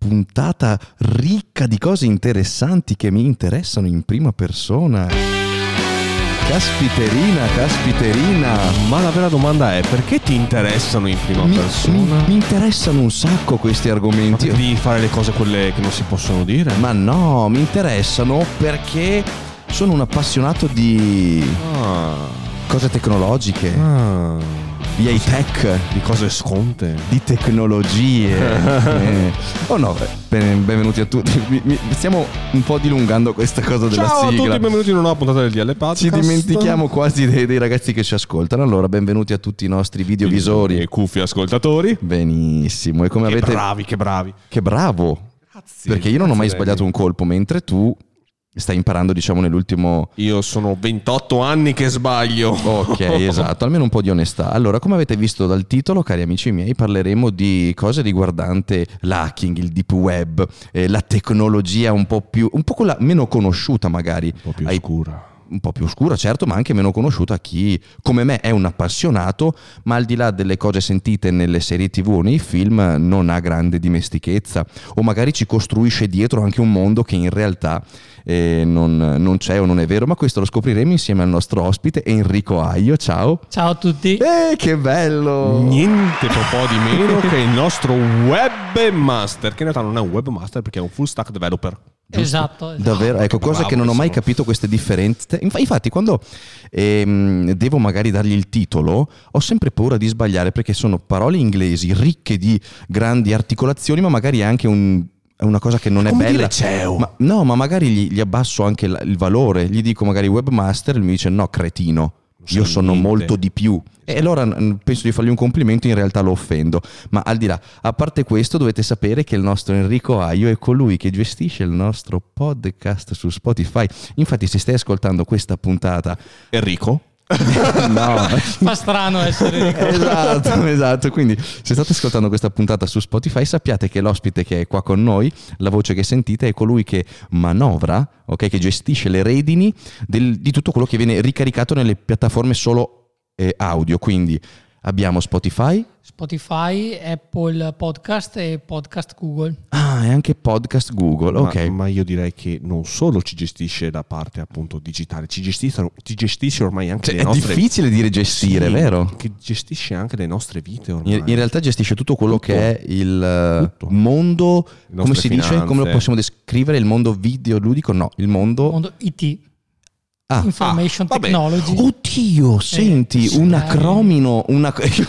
puntata ricca di cose interessanti che mi interessano in prima persona. Caspiterina. Ma la vera domanda è: perché ti interessano in prima persona? Mi interessano un sacco questi argomenti. Ma devi fare le cose quelle che non si possono dire? Ma no, mi interessano perché sono un appassionato di cose tecnologiche. Di high-tech, di cose sconte, di tecnologie. Oh no, benvenuti a tutti. Stiamo un po' dilungando questa cosa della sigla. Ciao a tutti, benvenuti in una nuova puntata del DL Podcast. Ci dimentichiamo quasi dei ragazzi che ci ascoltano. Allora, benvenuti a tutti i nostri videovisori e cuffi ascoltatori. Benissimo. E come che avete... bravi, che bravi. Che bravo. Grazie. Perché io non ho mai sbagliato un colpo, mentre tu stai imparando, diciamo, nell'ultimo... Io sono 28 anni che sbaglio. Ok, esatto, almeno un po' di onestà. Allora, come avete visto dal titolo, cari amici miei, parleremo di cose riguardante l'hacking, il deep web, la tecnologia un po' quella meno conosciuta magari. Un po' più oscura. Un po' più oscura, certo, ma anche meno conosciuta a chi, come me, è un appassionato, ma al di là delle cose sentite nelle serie TV o nei film, non ha grande dimestichezza, o magari ci costruisce dietro anche un mondo che in realtà non c'è o non è vero, ma questo lo scopriremo insieme al nostro ospite Enrico Aio. Ciao. Ciao a tutti. Che bello. Niente po' di meno che il nostro webmaster, che in realtà non è un webmaster perché è un full stack developer. Esatto. Davvero, ecco, cosa che non ho mai capito, queste differenze. Infatti quando devo magari dargli il titolo ho sempre paura di sbagliare, perché sono parole inglesi ricche di grandi articolazioni, ma magari anche una cosa che non è bella. Ma magari gli abbasso anche il valore, gli dico magari webmaster e lui mi dice no, cretino, io sono molto di più. E allora penso di fargli un complimento, in realtà lo offendo. Ma al di là, a parte questo, dovete sapere che il nostro Enrico Aio è colui che gestisce il nostro podcast su Spotify. Infatti, se stai ascoltando questa puntata, Enrico? No, fa strano essere Enrico. Esatto. Quindi, se state ascoltando questa puntata su Spotify, sappiate che l'ospite che è qua con noi, la voce che sentite, è colui che manovra, ok, che gestisce le redini di tutto quello che viene ricaricato nelle piattaforme solo audio. Quindi abbiamo Spotify, Apple Podcast e Podcast Google. E anche Podcast Google, ok. Ma io direi che non solo ci gestisce la parte appunto digitale, ci gestisce ormai anche le nostre... È difficile dire gestire, vero? Che gestisce anche le nostre vite ormai. In realtà gestisce tutto quello che è il mondo, come si dice? Come lo possiamo descrivere? Il mondo videoludico? No, il mondo IT. Information Technology. Oddio, senti, un acromino, un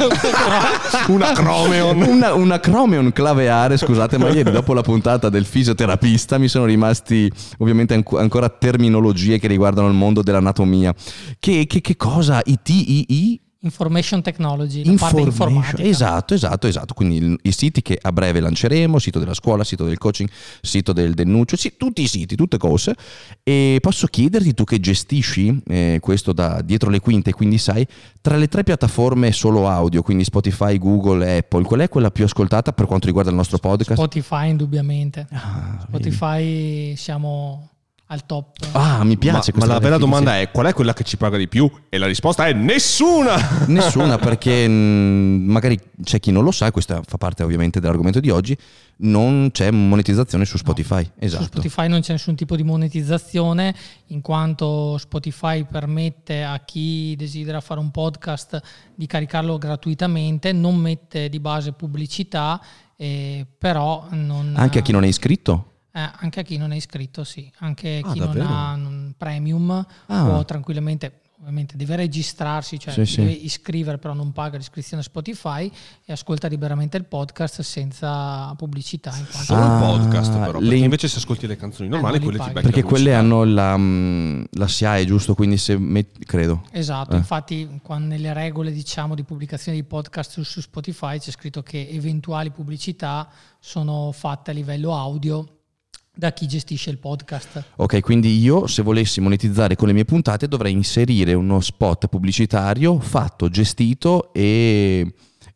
acromeon claveare, scusate, ma ieri dopo la puntata del fisioterapista mi sono rimasti ovviamente ancora terminologie che riguardano il mondo dell'anatomia. Che cosa? ITII? Information Technology, la parte informatica. Esatto. Quindi i siti che a breve lanceremo, sito della scuola, sito del coaching, sito del Nuccio, tutti i siti, tutte cose. E posso chiederti, tu che gestisci questo da dietro le quinte, quindi sai, tra le 3 piattaforme solo audio, quindi Spotify, Google e Apple, qual è quella più ascoltata per quanto riguarda il nostro podcast? Spotify, indubbiamente. Spotify siamo al top. Mi piace. Ma la vera domanda è: qual è quella che ci paga di più? E la risposta è nessuna. Nessuna, perché magari c'è chi non lo sa, questa fa parte ovviamente dell'argomento di oggi, non c'è monetizzazione su Spotify. No, esatto. Su Spotify non c'è nessun tipo di monetizzazione, in quanto Spotify permette a chi desidera fare un podcast di caricarlo gratuitamente, non mette di base pubblicità, però non... Anche a chi non è iscritto? Anche a chi non è iscritto, sì. Anche chi davvero? non ha un premium può tranquillamente, ovviamente deve registrarsi, cioè deve iscrivere, però non paga l'iscrizione a Spotify e ascolta liberamente il podcast senza pubblicità. Solo il podcast, però. Perché invece se ascolti le canzoni normali, quelle ti beccano. Perché quelle hanno la SIAE, giusto? Quindi credo. Esatto, infatti nelle regole, diciamo, di pubblicazione di podcast su Spotify c'è scritto che eventuali pubblicità sono fatte a livello audio da chi gestisce il podcast. Ok, quindi io, se volessi monetizzare con le mie puntate, dovrei inserire uno spot pubblicitario fatto, gestito e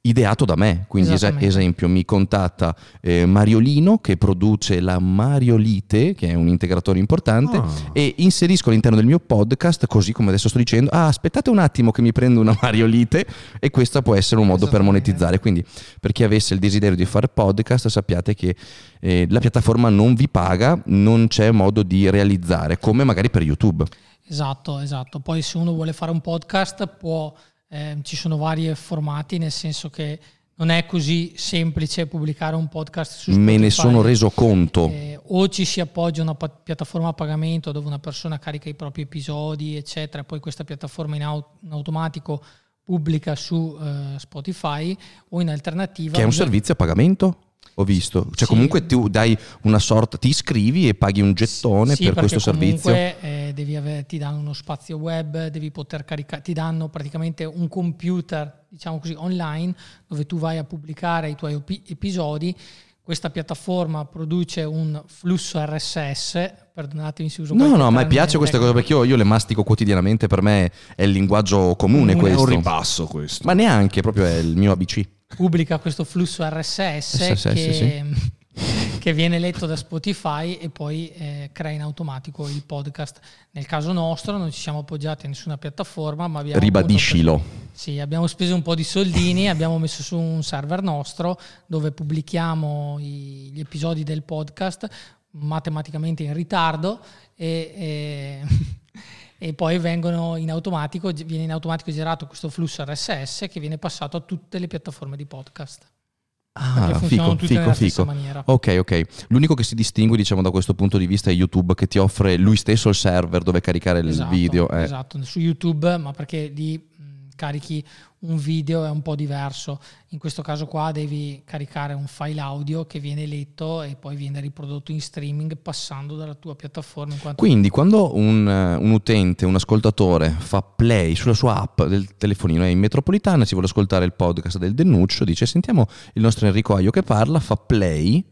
ideato da me, quindi Esattamente. esempio mi contatta Mariolino che produce la Mariolite, che è un integratore importante, e inserisco all'interno del mio podcast, così come adesso sto dicendo, aspettate un attimo che mi prendo una Mariolite, e questo può essere un modo per monetizzare. Quindi per chi avesse il desiderio di fare podcast, sappiate che la piattaforma non vi paga, non c'è modo di realizzare, come magari per YouTube. Esatto. Poi se uno vuole fare un podcast ci sono vari formati, nel senso che non è così semplice pubblicare un podcast su Spotify. Me ne sono reso conto. O ci si appoggia a una piattaforma a pagamento dove una persona carica i propri episodi, eccetera, e poi questa piattaforma in automatico pubblica su Spotify, o in alternativa... Che è un servizio a pagamento? Ho visto, cioè sì. Comunque tu dai una sorta, ti iscrivi e paghi un gettone per questo servizio. Comunque ti danno uno spazio web, devi poter caricare, ti danno praticamente un computer, diciamo così, online, dove tu vai a pubblicare i tuoi episodi. Questa piattaforma produce un flusso RSS, perdonatemi se uso qualche termine. No, ma piace questa cosa, perché io le mastico quotidianamente, per me è il linguaggio comune questo. È un ripasso questo. Ma neanche, proprio è il mio ABC. Pubblica questo flusso RSS che viene letto da Spotify e poi crea in automatico il podcast. Nel caso nostro non ci siamo appoggiati a nessuna piattaforma, ma abbiamo... Ribadiscilo. Sì, abbiamo speso un po' di soldini, abbiamo messo su un server nostro dove pubblichiamo gli episodi del podcast matematicamente in ritardo e poi viene in automatico girato questo flusso RSS che viene passato a tutte le piattaforme di podcast. Fico. Maniera. Ok. L'unico che si distingue, diciamo, da questo punto di vista è YouTube, che ti offre lui stesso il server dove caricare il video. Esatto, su YouTube, ma perché lì carichi un video è un po' diverso. In questo caso qua devi caricare un file audio che viene letto e poi viene riprodotto in streaming passando dalla tua piattaforma. Quindi quando un utente, un ascoltatore fa play sulla sua app del telefonino, è in metropolitana, si vuole ascoltare il podcast del Dennuccio, dice sentiamo il nostro Enrico Aio che parla, fa play.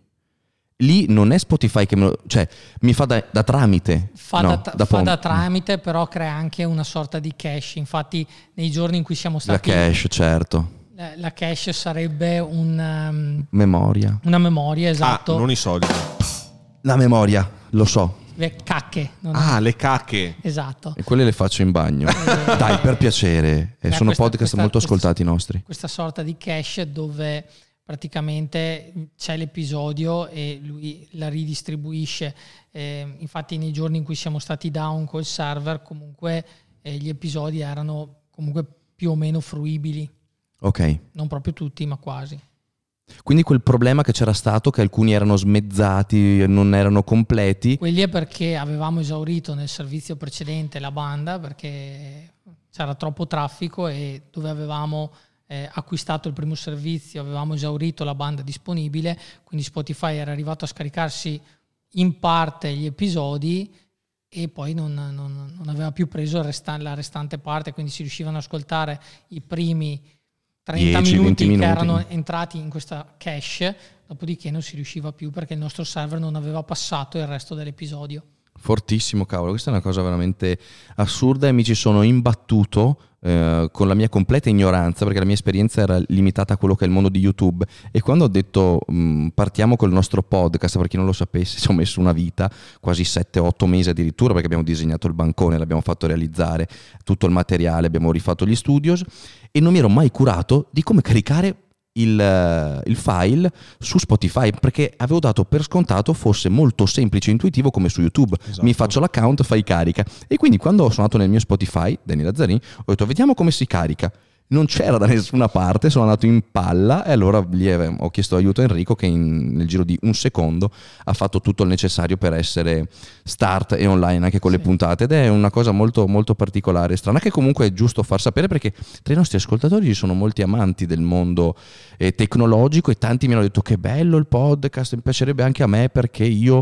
Lì non è Spotify che mi fa da tramite. Fa da tramite, però crea anche una sorta di cache. Infatti nei giorni in cui siamo stati... La cache, certo. La cache sarebbe una memoria, esatto. Non i soldi. La memoria, lo so. Le cacche. Le cacche. Esatto. E quelle le faccio in bagno. Dai, per piacere. Sono podcast molto ascoltati nostri. Questa sorta di cache dove... praticamente c'è l'episodio e lui la ridistribuisce. Infatti nei giorni in cui siamo stati down col server comunque gli episodi erano comunque più o meno fruibili. Ok. Non proprio tutti, ma quasi. Quindi quel problema che c'era stato, che alcuni erano smezzati, non erano completi. Quelli è perché avevamo esaurito nel servizio precedente la banda, perché c'era troppo traffico e dove avevamo... acquistato il primo servizio avevamo esaurito la banda disponibile, quindi Spotify era arrivato a scaricarsi in parte gli episodi e poi non aveva più preso la restante parte, quindi si riuscivano ad ascoltare i primi 30 minuti che erano entrati in questa cache, dopodiché non si riusciva più perché il nostro server non aveva passato il resto dell'episodio. Fortissimo, cavolo, questa è una cosa veramente assurda e mi ci sono imbattuto con la mia completa ignoranza, perché la mia esperienza era limitata a quello che è il mondo di YouTube, e quando ho detto partiamo col nostro podcast, per chi non lo sapesse ci ho messo una vita, quasi 7-8 mesi addirittura, perché abbiamo disegnato il bancone, l'abbiamo fatto realizzare tutto il materiale, abbiamo rifatto gli studios e non mi ero mai curato di come caricare il file su Spotify, perché avevo dato per scontato fosse molto semplice e intuitivo come su YouTube. Esatto. Mi faccio l'account, fai carica, e quindi quando ho suonato nel mio Spotify Danny Lazzarini ho detto vediamo come si carica. Non c'era da nessuna parte, sono andato in palla e allora lì ho chiesto aiuto a Enrico che nel giro di un secondo ha fatto tutto il necessario per essere start e online anche con le puntate, ed è una cosa molto molto particolare e strana che comunque è giusto far sapere, perché tra i nostri ascoltatori ci sono molti amanti del mondo tecnologico e tanti mi hanno detto che bello il podcast, mi piacerebbe anche a me perché io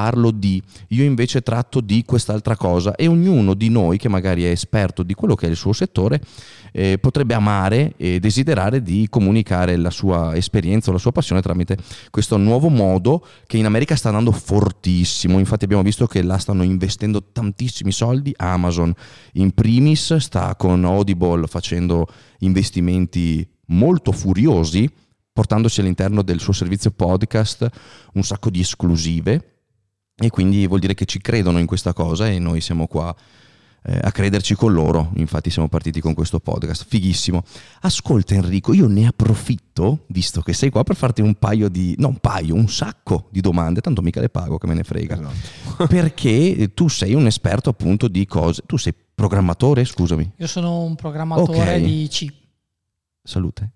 invece tratto di quest'altra cosa, e ognuno di noi che magari è esperto di quello che è il suo settore potrebbe amare e desiderare di comunicare la sua esperienza o la sua passione tramite questo nuovo modo che in America sta andando fortissimo. Infatti abbiamo visto che là stanno investendo tantissimi soldi. Amazon in primis sta con Audible facendo investimenti molto furiosi, portandosi all'interno del suo servizio podcast un sacco di esclusive, e quindi vuol dire che ci credono in questa cosa e noi siamo qua a crederci con loro. Infatti siamo partiti con questo podcast, fighissimo. Ascolta Enrico, io ne approfitto, visto che sei qua, per farti un sacco di domande, tanto mica le pago, che me ne frega. Esatto. Perché tu sei un esperto appunto di cose. Tu sei programmatore, scusami? Io sono un programmatore di C. Salute.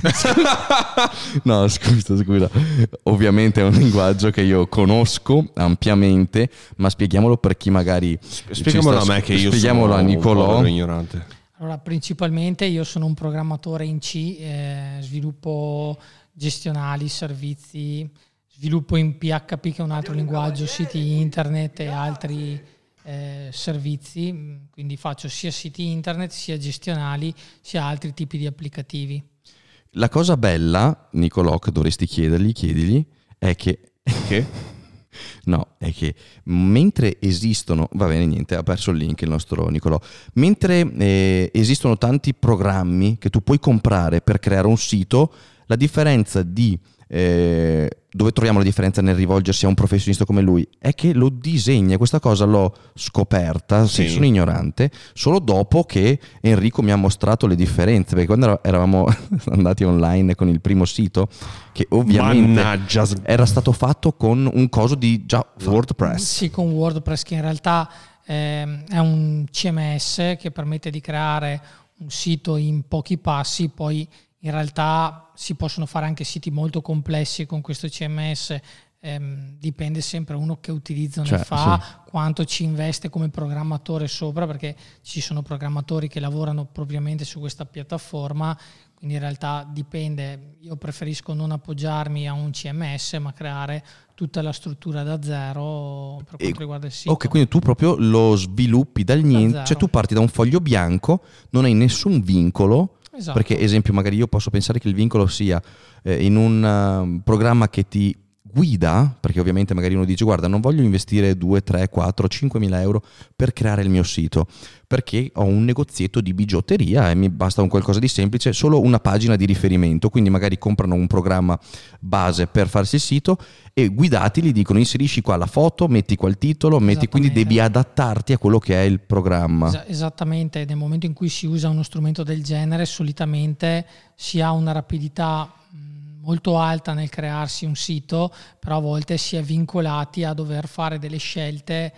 No, scusa. Ovviamente è un linguaggio che io conosco ampiamente, ma spieghiamolo per chi magari... Spiegamolo a me, che io spieghiamolo sono a Nicolò. Un ignorante. Allora, principalmente io sono un programmatore in C, sviluppo gestionali, servizi, sviluppo in PHP, che è un altro linguaggio, siti internet e altri servizi, quindi faccio sia siti internet, sia gestionali, sia altri tipi di applicativi. La cosa bella, Nicolò, che dovresti chiedergli, è che no, è che mentre esistono, va bene, niente, ha perso il link il nostro Nicolò, mentre esistono tanti programmi che tu puoi comprare per creare un sito, la differenza di dove troviamo la differenza nel rivolgersi a un professionista come lui è che lo disegna. Questa cosa l'ho scoperta, sì, sono ignorante, solo dopo che Enrico mi ha mostrato le differenze, perché quando eravamo andati online con il primo sito, che ovviamente era stato fatto con un coso di WordPress. Sì, con WordPress, che in realtà è un CMS che permette di creare un sito in pochi passi. Poi in realtà si possono fare anche siti molto complessi con questo CMS, dipende sempre uno che utilizzo ne fa, quanto ci investe come programmatore sopra, perché ci sono programmatori che lavorano propriamente su questa piattaforma, quindi in realtà dipende. Io preferisco non appoggiarmi a un CMS, ma creare tutta la struttura da zero per quanto riguarda il sito. Ok, quindi tu proprio lo sviluppi dal niente, cioè tu parti da un foglio bianco, non hai nessun vincolo. Esatto. Perché esempio magari io posso pensare che il vincolo sia in un programma che ti guida, perché ovviamente magari uno dice guarda, non voglio investire 2, 3, 4, 5.000 euro per creare il mio sito, perché ho un negozietto di bigiotteria e mi basta un qualcosa di semplice, solo una pagina di riferimento, quindi magari comprano un programma base per farsi il sito e guidati gli dicono inserisci qua la foto, metti qua il titolo, quindi devi adattarti a quello che è il programma. Esattamente, nel momento in cui si usa uno strumento del genere solitamente si ha una rapidità molto alta nel crearsi un sito, però a volte si è vincolati a dover fare delle scelte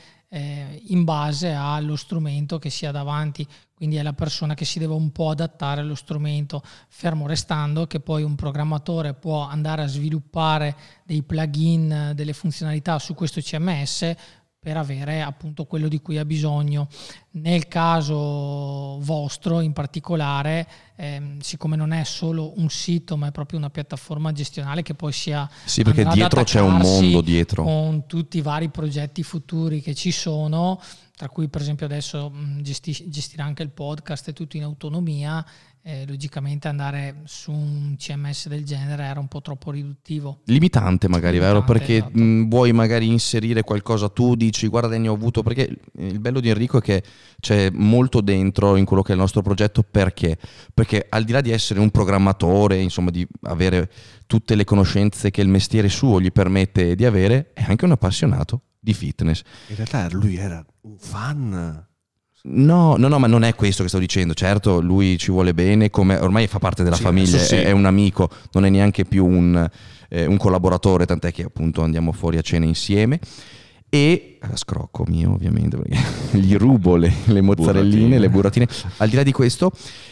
in base allo strumento che si ha davanti, quindi è la persona che si deve un po' adattare allo strumento, fermo restando che poi un programmatore può andare a sviluppare dei plugin, delle funzionalità su questo CMS per avere appunto quello di cui ha bisogno. Nel caso vostro in particolare, siccome non è solo un sito ma è proprio una piattaforma gestionale che poi sia... Sì, perché dietro c'è un mondo dietro. Con tutti i vari progetti futuri che ci sono, tra cui per esempio adesso gestirà anche il podcast e tutto in autonomia. Logicamente andare su un CMS del genere era un po' troppo riduttivo. Limitante magari, vero? Perché esatto. Vuoi magari inserire qualcosa, tu dici guarda ne ho avuto, perché il bello di Enrico è che c'è molto dentro in quello che è il nostro progetto. Perché al di là di essere un programmatore, insomma di avere tutte le conoscenze che il mestiere suo gli permette di avere, è anche un appassionato di fitness. In realtà lui era un fan. No, ma non è questo che sto dicendo. Certo, lui ci vuole bene, come ormai fa parte della famiglia, è un amico, non è neanche più un collaboratore, tant'è che appunto andiamo fuori a cena insieme. E scrocco mio ovviamente, perché gli rubo le mozzarelline, le buratine. Al di là di questo,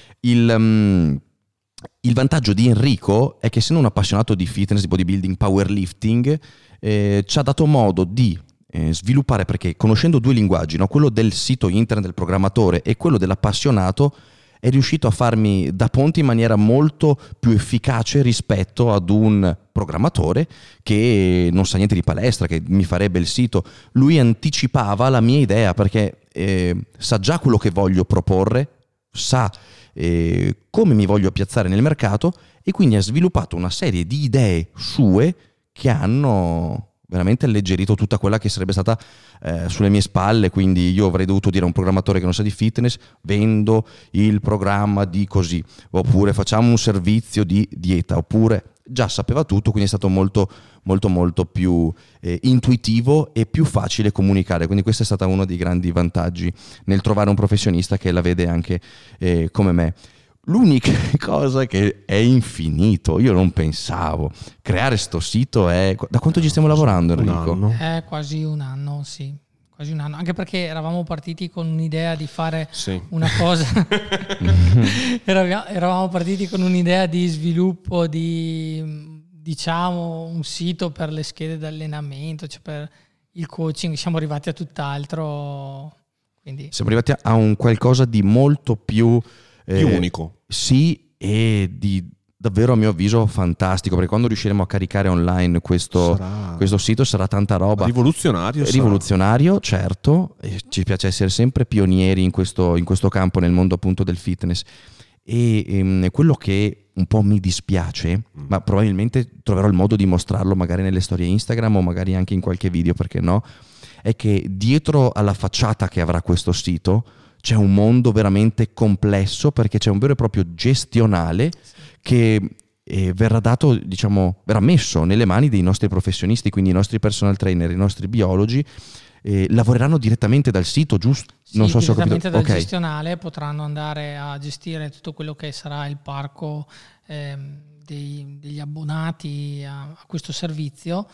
il vantaggio di Enrico è che, essendo un appassionato di fitness, di bodybuilding, powerlifting, ci ha dato modo di sviluppare, perché conoscendo due linguaggi, no? Quello del sito internet del programmatore e quello dell'appassionato, è riuscito a farmi da ponte in maniera molto più efficace rispetto ad un programmatore che non sa niente di palestra, che mi farebbe il sito. Lui anticipava la mia idea, perché sa già quello che voglio proporre, sa come mi voglio piazzare nel mercato, e quindi ha sviluppato una serie di idee sue che hanno veramente alleggerito tutta quella che sarebbe stata sulle mie spalle, quindi io avrei dovuto dire a un programmatore che non sa di fitness: vendo il programma di così, oppure facciamo un servizio di dieta, oppure già sapeva tutto, quindi è stato molto più intuitivo e più facile comunicare, quindi questo è stato uno dei grandi vantaggi nel trovare un professionista che la vede anche come me. L'unica cosa che è infinito, io non pensavo, creare sto sito da quanto ci stiamo lavorando, Enrico? Un anno. È quasi un anno, sì. Quasi un anno, anche perché eravamo partiti con un'idea di fare una cosa, eravamo partiti con un'idea di sviluppo di, diciamo, un sito per le schede d'allenamento, cioè per il coaching. Siamo arrivati a tutt'altro, quindi siamo arrivati a un qualcosa di molto più unico. Sì, e di davvero, a mio avviso, fantastico, perché quando riusciremo a caricare online questo sito sarà tanta roba. Rivoluzionario, certo, e ci piace essere sempre pionieri in questo campo, nel mondo appunto del fitness. E quello che un po' mi dispiace, ma probabilmente troverò il modo di mostrarlo magari nelle storie Instagram o magari anche in qualche video, perché no, è che dietro alla facciata che avrà questo sito c'è un mondo veramente complesso, perché c'è un vero e proprio gestionale che verrà dato, diciamo, verrà messo nelle mani dei nostri professionisti, quindi i nostri personal trainer, i nostri biologi, lavoreranno direttamente dal sito, giusto? Sì, non so se ho capito. Direttamente dal gestionale potranno andare a gestire tutto quello che sarà il parco degli abbonati a questo servizio,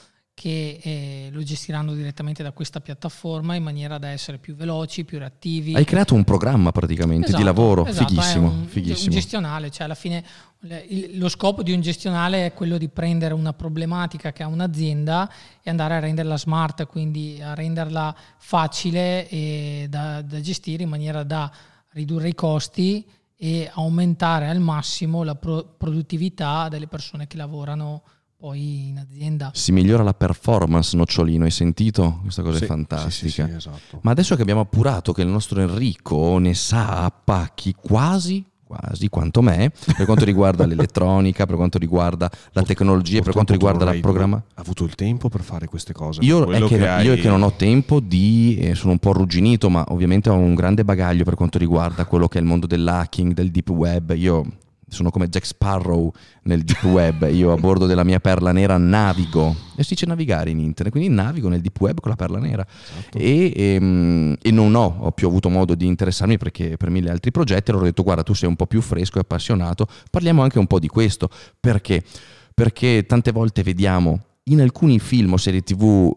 che lo gestiranno direttamente da questa piattaforma in maniera da essere più veloci, più reattivi. Hai creato un programma praticamente di lavoro, fighissimo. Un gestionale, cioè alla fine lo scopo di un gestionale è quello di prendere una problematica che ha un'azienda e andare a renderla smart, quindi a renderla facile e da gestire in maniera da ridurre i costi e aumentare al massimo la produttività delle persone che lavorano poi in azienda. Si migliora la performance, Nocciolino, hai sentito? Questa cosa è fantastica. Sì, esatto. Ma adesso che abbiamo appurato che il nostro Enrico ne sa a pacchi quasi quanto me, per quanto riguarda l'elettronica, per quanto riguarda la tecnologia, per quanto riguarda la programma. Ha avuto il tempo per fare queste cose? Io che non ho tempo sono un po' arrugginito, ma ovviamente ho un grande bagaglio per quanto riguarda quello che è il mondo dell'hacking, del deep web. Io sono come Jack Sparrow nel deep web, io a bordo della mia perla nera navigo, e si dice navigare in internet, quindi navigo nel deep web con la perla nera. Esatto. E non ho più avuto modo di interessarmi perché per 1000 altri progetti. Allora ho detto: guarda, tu sei un po' più fresco e appassionato, parliamo anche un po' di questo. Perché tante volte vediamo in alcuni film o serie tv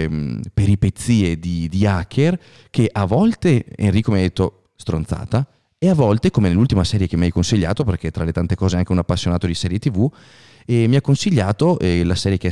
peripezie di hacker che a volte, Enrico mi ha detto, stronzata, e a volte, come nell'ultima serie che mi hai consigliato, perché tra le tante cose è anche un appassionato di serie TV, mi ha consigliato la serie che è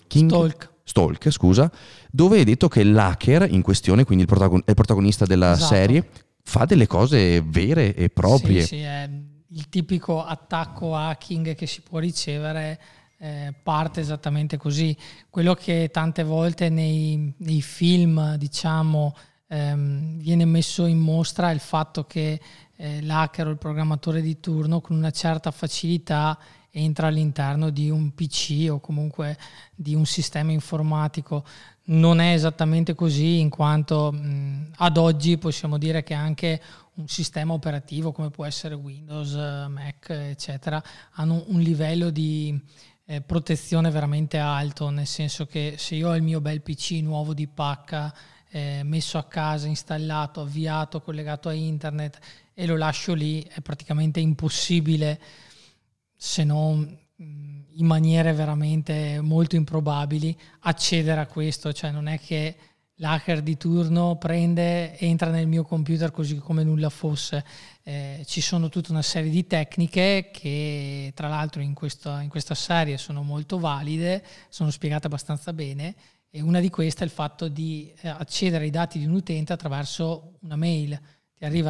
Stalk, scusa, dove hai detto che l'hacker in questione, quindi il protagonista della serie, fa delle cose vere e proprie. Sì, è il tipico attacco hacking che si può ricevere, parte esattamente così. Quello che tante volte nei film, diciamo, viene messo in mostra è il fatto che l'hacker o il programmatore di turno con una certa facilità entra all'interno di un PC o comunque di un sistema informatico. Non è esattamente così, in quanto ad oggi possiamo dire che anche un sistema operativo come può essere Windows, Mac, eccetera, hanno un livello di protezione veramente alto, nel senso che se io ho il mio bel PC nuovo di pacca, messo a casa, installato, avviato, collegato a internet, e lo lascio lì, è praticamente impossibile, se non in maniere veramente molto improbabili, accedere a questo. Cioè non è che l'hacker di turno entra nel mio computer così come nulla fosse. Ci sono tutta una serie di tecniche che tra l'altro in questa serie sono molto valide, sono spiegate abbastanza bene, e una di queste è il fatto di accedere ai dati di un utente attraverso una mail. Ti arriva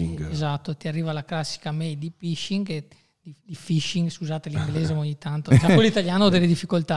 la classica mail di phishing, di phishing, scusate l'inglese ogni tanto, già con l'italiano ho delle difficoltà.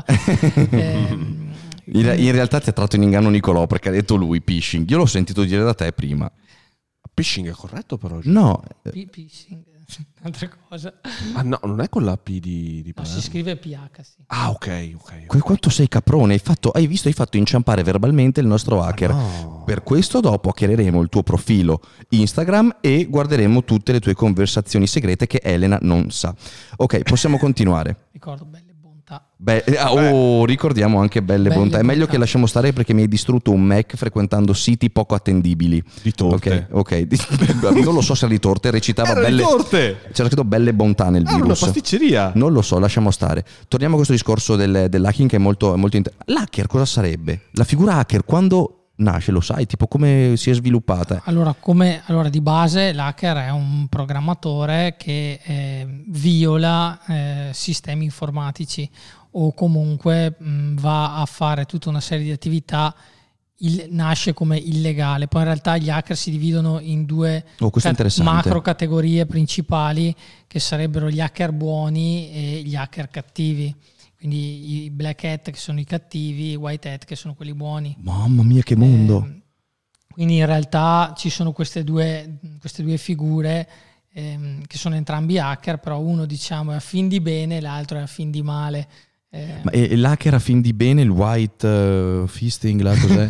In realtà ti ha tratto in inganno Nicolò, perché ha detto lui phishing, io l'ho sentito dire da te prima. Phishing è corretto però? No, Phishing. Altre cose. Ah no, non è con la P di No, Palermo. si scrive PH, sì. Ah, ok. Quanto sei caprone, hai fatto inciampare verbalmente il nostro hacker. no. Per questo dopo hackereremo il tuo profilo Instagram e guarderemo tutte le tue conversazioni segrete che Elena non sa. Ok, possiamo continuare. Ricordo belle bontà. Ricordiamo anche belle bontà. È meglio bontà. che lasciamo stare perché mi hai distrutto un Mac frequentando siti poco attendibili. Di torte. Ok. Non lo so se era di torte, recitava Era belle di torte! C'era scritto belle bontà nel Era una virus. pasticceria. Non lo so, lasciamo stare. Torniamo a questo discorso dell'hacking che è molto interessante. L'hacker cosa sarebbe? La figura hacker quando nasce, lo sai? Tipo come si è sviluppata? Allora, di base l'hacker è un programmatore che viola sistemi informatici o comunque va a fare tutta una serie di attività. Nasce come illegale. Poi in realtà gli hacker si dividono in due Questo è interessante. macro categorie principali, che sarebbero gli hacker buoni e gli hacker cattivi. Quindi i black hat che sono i cattivi, i white hat che sono quelli buoni. Mamma mia, che mondo! Quindi in realtà ci sono queste due figure che sono entrambi hacker, però uno diciamo è a fin di bene, l'altro è a fin di male. Ma l'hacker a fin di bene, il white fisting, là cos'è?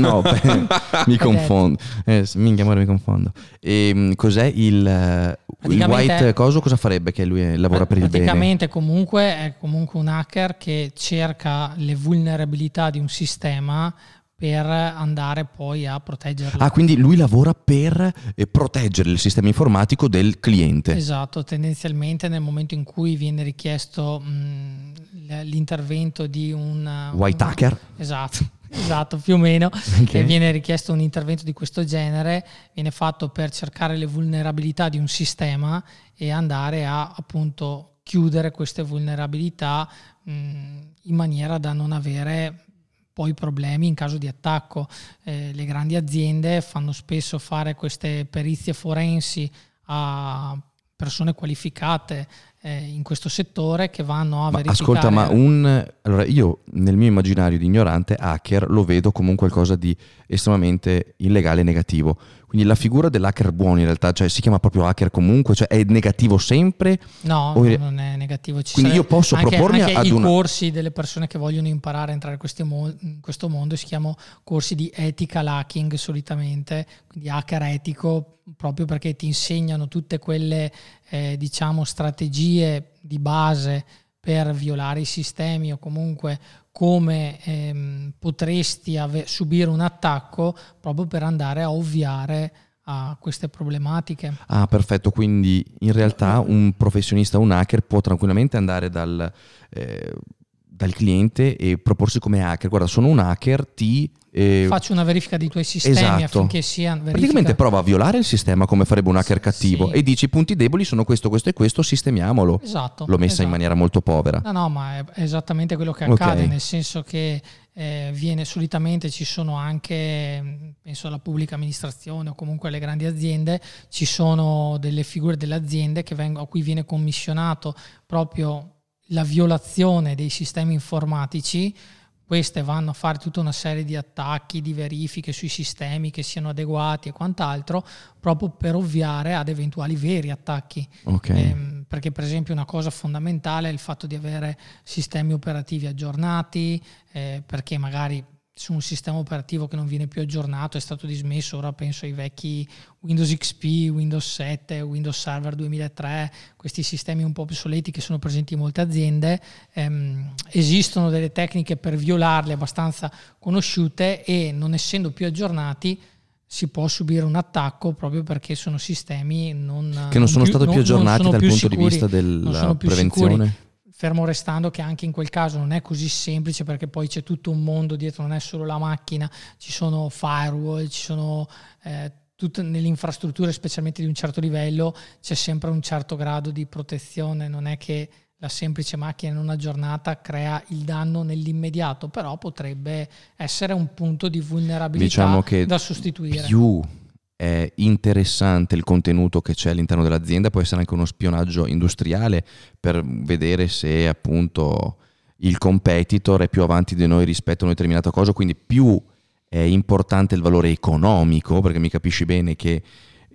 Mi confondo. Minchia, amore, mi confondo. Cos'è il white coso? Cosa farebbe che lui lavora per il bene? Praticamente è comunque un hacker che cerca le vulnerabilità di un sistema per andare poi a proteggerlo. Ah, quindi lui lavora per proteggere il sistema informatico del cliente. Esatto, tendenzialmente nel momento in cui viene richiesto l'intervento di un white hacker? Esatto, più o meno. Okay. Che viene richiesto un intervento di questo genere, viene fatto per cercare le vulnerabilità di un sistema e andare a appunto chiudere queste vulnerabilità in maniera da non avere poi problemi in caso di attacco. Le grandi aziende fanno spesso fare queste perizie forensi a persone qualificate in questo settore che vanno a verificare. Ascolta, allora io nel mio immaginario di ignorante hacker lo vedo come un qualcosa di estremamente illegale e negativo. Quindi la figura dell'hacker buono in realtà, cioè si chiama proprio hacker comunque, cioè è negativo sempre? No, non è negativo. Quindi io posso propormi anche ad i corsi delle persone che vogliono imparare a entrare in questo mondo si chiamano corsi di ethical hacking solitamente, quindi hacker etico, proprio perché ti insegnano tutte quelle strategie di base per violare i sistemi o comunque come potresti subire un attacco, proprio per andare a ovviare a queste problematiche. Ah, perfetto, quindi in realtà un professionista, un hacker può tranquillamente andare dal cliente e proporsi come hacker. Guarda, sono un hacker, faccio una verifica dei tuoi sistemi, esatto, affinché sia praticamente prova a violare il sistema come farebbe un hacker cattivo, sì. E dici i punti deboli sono questo, questo e questo, sistemiamolo. Esatto. L'ho messa in maniera molto povera. No, ma è esattamente quello che accade, Okay. nel senso che solitamente ci sono anche, penso alla pubblica amministrazione o comunque alle grandi aziende, ci sono delle figure delle aziende a cui viene commissionato proprio la violazione dei sistemi informatici. Queste vanno a fare tutta una serie di attacchi, di verifiche sui sistemi che siano adeguati e quant'altro, proprio per ovviare ad eventuali veri attacchi. Okay. Perché per esempio una cosa fondamentale è il fatto di avere sistemi operativi aggiornati, perché magari su un sistema operativo che non viene più aggiornato, è stato dismesso, ora penso ai vecchi Windows XP, Windows 7, Windows Server 2003, questi sistemi un po' obsoleti che sono presenti in molte aziende. Esistono delle tecniche per violarli abbastanza conosciute e non essendo più aggiornati si può subire un attacco proprio perché sono sistemi che non sono stati più aggiornati dal punto di vista della prevenzione. Fermo restando che anche in quel caso non è così semplice, perché poi c'è tutto un mondo dietro, non è solo la macchina, ci sono firewall, ci sono tutte nelle infrastrutture, specialmente di un certo livello, c'è sempre un certo grado di protezione, non è che la semplice macchina non aggiornata crea il danno nell'immediato, però potrebbe essere un punto di vulnerabilità, diciamo che da sostituire. Più è interessante il contenuto che c'è all'interno dell'azienda, può essere anche uno spionaggio industriale per vedere se appunto il competitor è più avanti di noi rispetto a una determinata cosa, quindi più è importante il valore economico, perché mi capisci bene che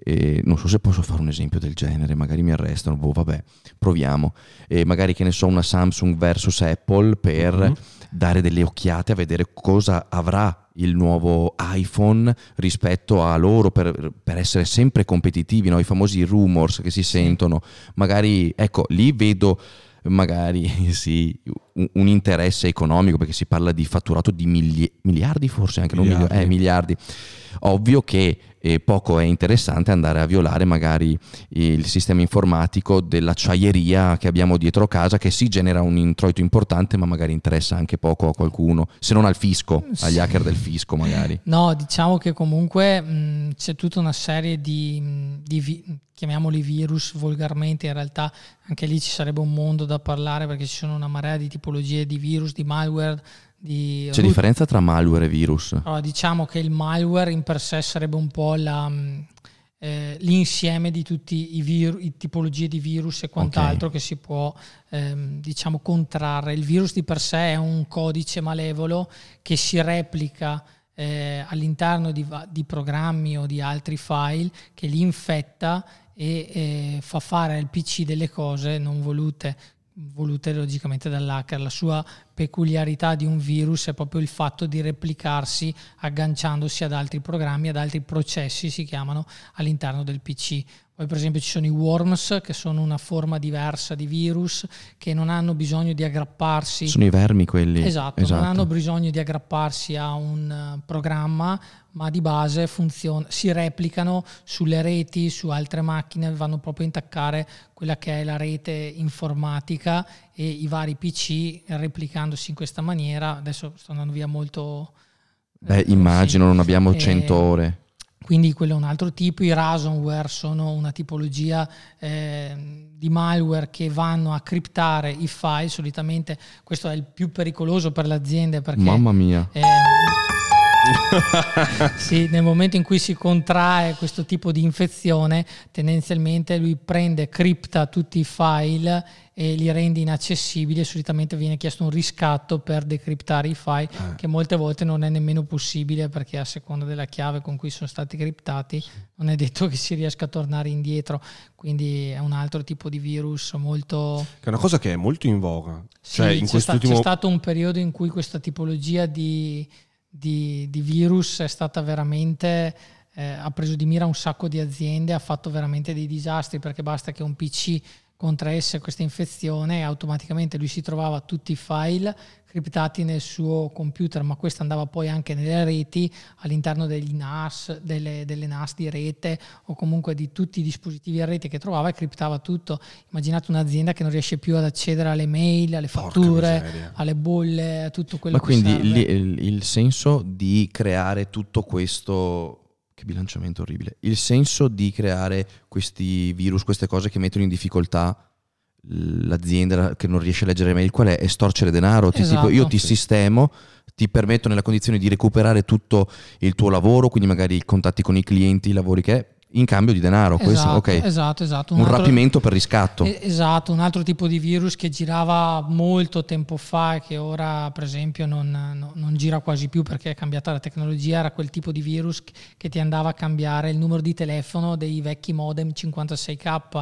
non so se posso fare un esempio del genere, magari mi arrestano, vabbè, proviamo. Magari, che ne so, una Samsung versus Apple per dare delle occhiate a vedere cosa avrà il nuovo iPhone rispetto a loro, per essere sempre competitivi, no? I famosi rumors che si sentono. Magari, ecco, lì vedo magari sì, un interesse economico, perché si parla di fatturato di miliardi, forse anche miliardi. Ovvio che poco è interessante andare a violare magari il sistema informatico dell'acciaieria che abbiamo dietro casa, che sì genera un introito importante, ma magari interessa anche poco a qualcuno, se non al fisco, agli hacker del fisco magari. No, diciamo che comunque c'è tutta una serie di chiamiamoli virus volgarmente, in realtà anche lì ci sarebbe un mondo da parlare, perché ci sono una marea di tipologie di virus, di malware. C'è differenza tra malware e virus? Allora, diciamo che il malware in per sé sarebbe un po' l'insieme di tutti i tipologie di virus e quant'altro che si può diciamo contrarre. Il virus di per sé è un codice malevolo che si replica all'interno di programmi o di altri file, che li infetta e fa fare al PC delle cose non volute logicamente dall'hacker. La sua peculiarità di un virus è proprio il fatto di replicarsi agganciandosi ad altri programmi, ad altri processi, si chiamano, all'interno del PC. Poi per esempio ci sono i worms, che sono una forma diversa di virus, che non hanno bisogno di aggrapparsi. Sono i vermi quelli. Esatto. Non hanno bisogno di aggrapparsi a un programma, ma di base si replicano sulle reti, su altre macchine, vanno proprio a intaccare quella che è la rete informatica e i vari PC, replicandosi in questa maniera. Adesso sto andando via molto... immagino, non abbiamo 100 ore. Quindi quello è un altro tipo. I ransomware sono una tipologia di malware che vanno a criptare i file. Solitamente questo è il più pericoloso per le aziende, perché mamma mia. Sì, nel momento in cui si contrae questo tipo di infezione, tendenzialmente lui cripta tutti i file e li rende inaccessibili, e solitamente viene chiesto un riscatto per decriptare i file, che molte volte non è nemmeno possibile, perché a seconda della chiave con cui sono stati criptati non è detto che si riesca a tornare indietro. Quindi è un altro tipo di virus molto... Che è una cosa che è molto in voga. Sì, cioè, c'è stato un periodo in cui questa tipologia di virus è stata veramente ha preso di mira un sacco di aziende, ha fatto veramente dei disastri, perché basta che un PC contraesse questa infezione e automaticamente lui si trovava tutti i file criptati nel suo computer, ma questo andava poi anche nelle reti, all'interno degli NAS, delle NAS di rete, o comunque di tutti i dispositivi a rete che trovava, e criptava tutto. Immaginate un'azienda che non riesce più ad accedere alle mail, alle fatture, alle bolle, a tutto quello che serve. Ma quindi il senso di creare tutto questo... Che bilanciamento orribile. Il senso di creare questi virus, queste cose che mettono in difficoltà l'azienda che non riesce a leggere le mail, qual è? Estorcere denaro. Esatto. Tipo, io ti sistemo, ti permetto nella condizione di recuperare tutto il tuo lavoro, quindi magari i contatti con i clienti, i lavori che è, in cambio di denaro. Esatto, questo, okay. Esatto. Un rapimento per riscatto. Esatto, un altro tipo di virus che girava molto tempo fa e che ora per esempio non gira quasi più, perché è cambiata la tecnologia, era quel tipo di virus che ti andava a cambiare il numero di telefono dei vecchi modem 56K.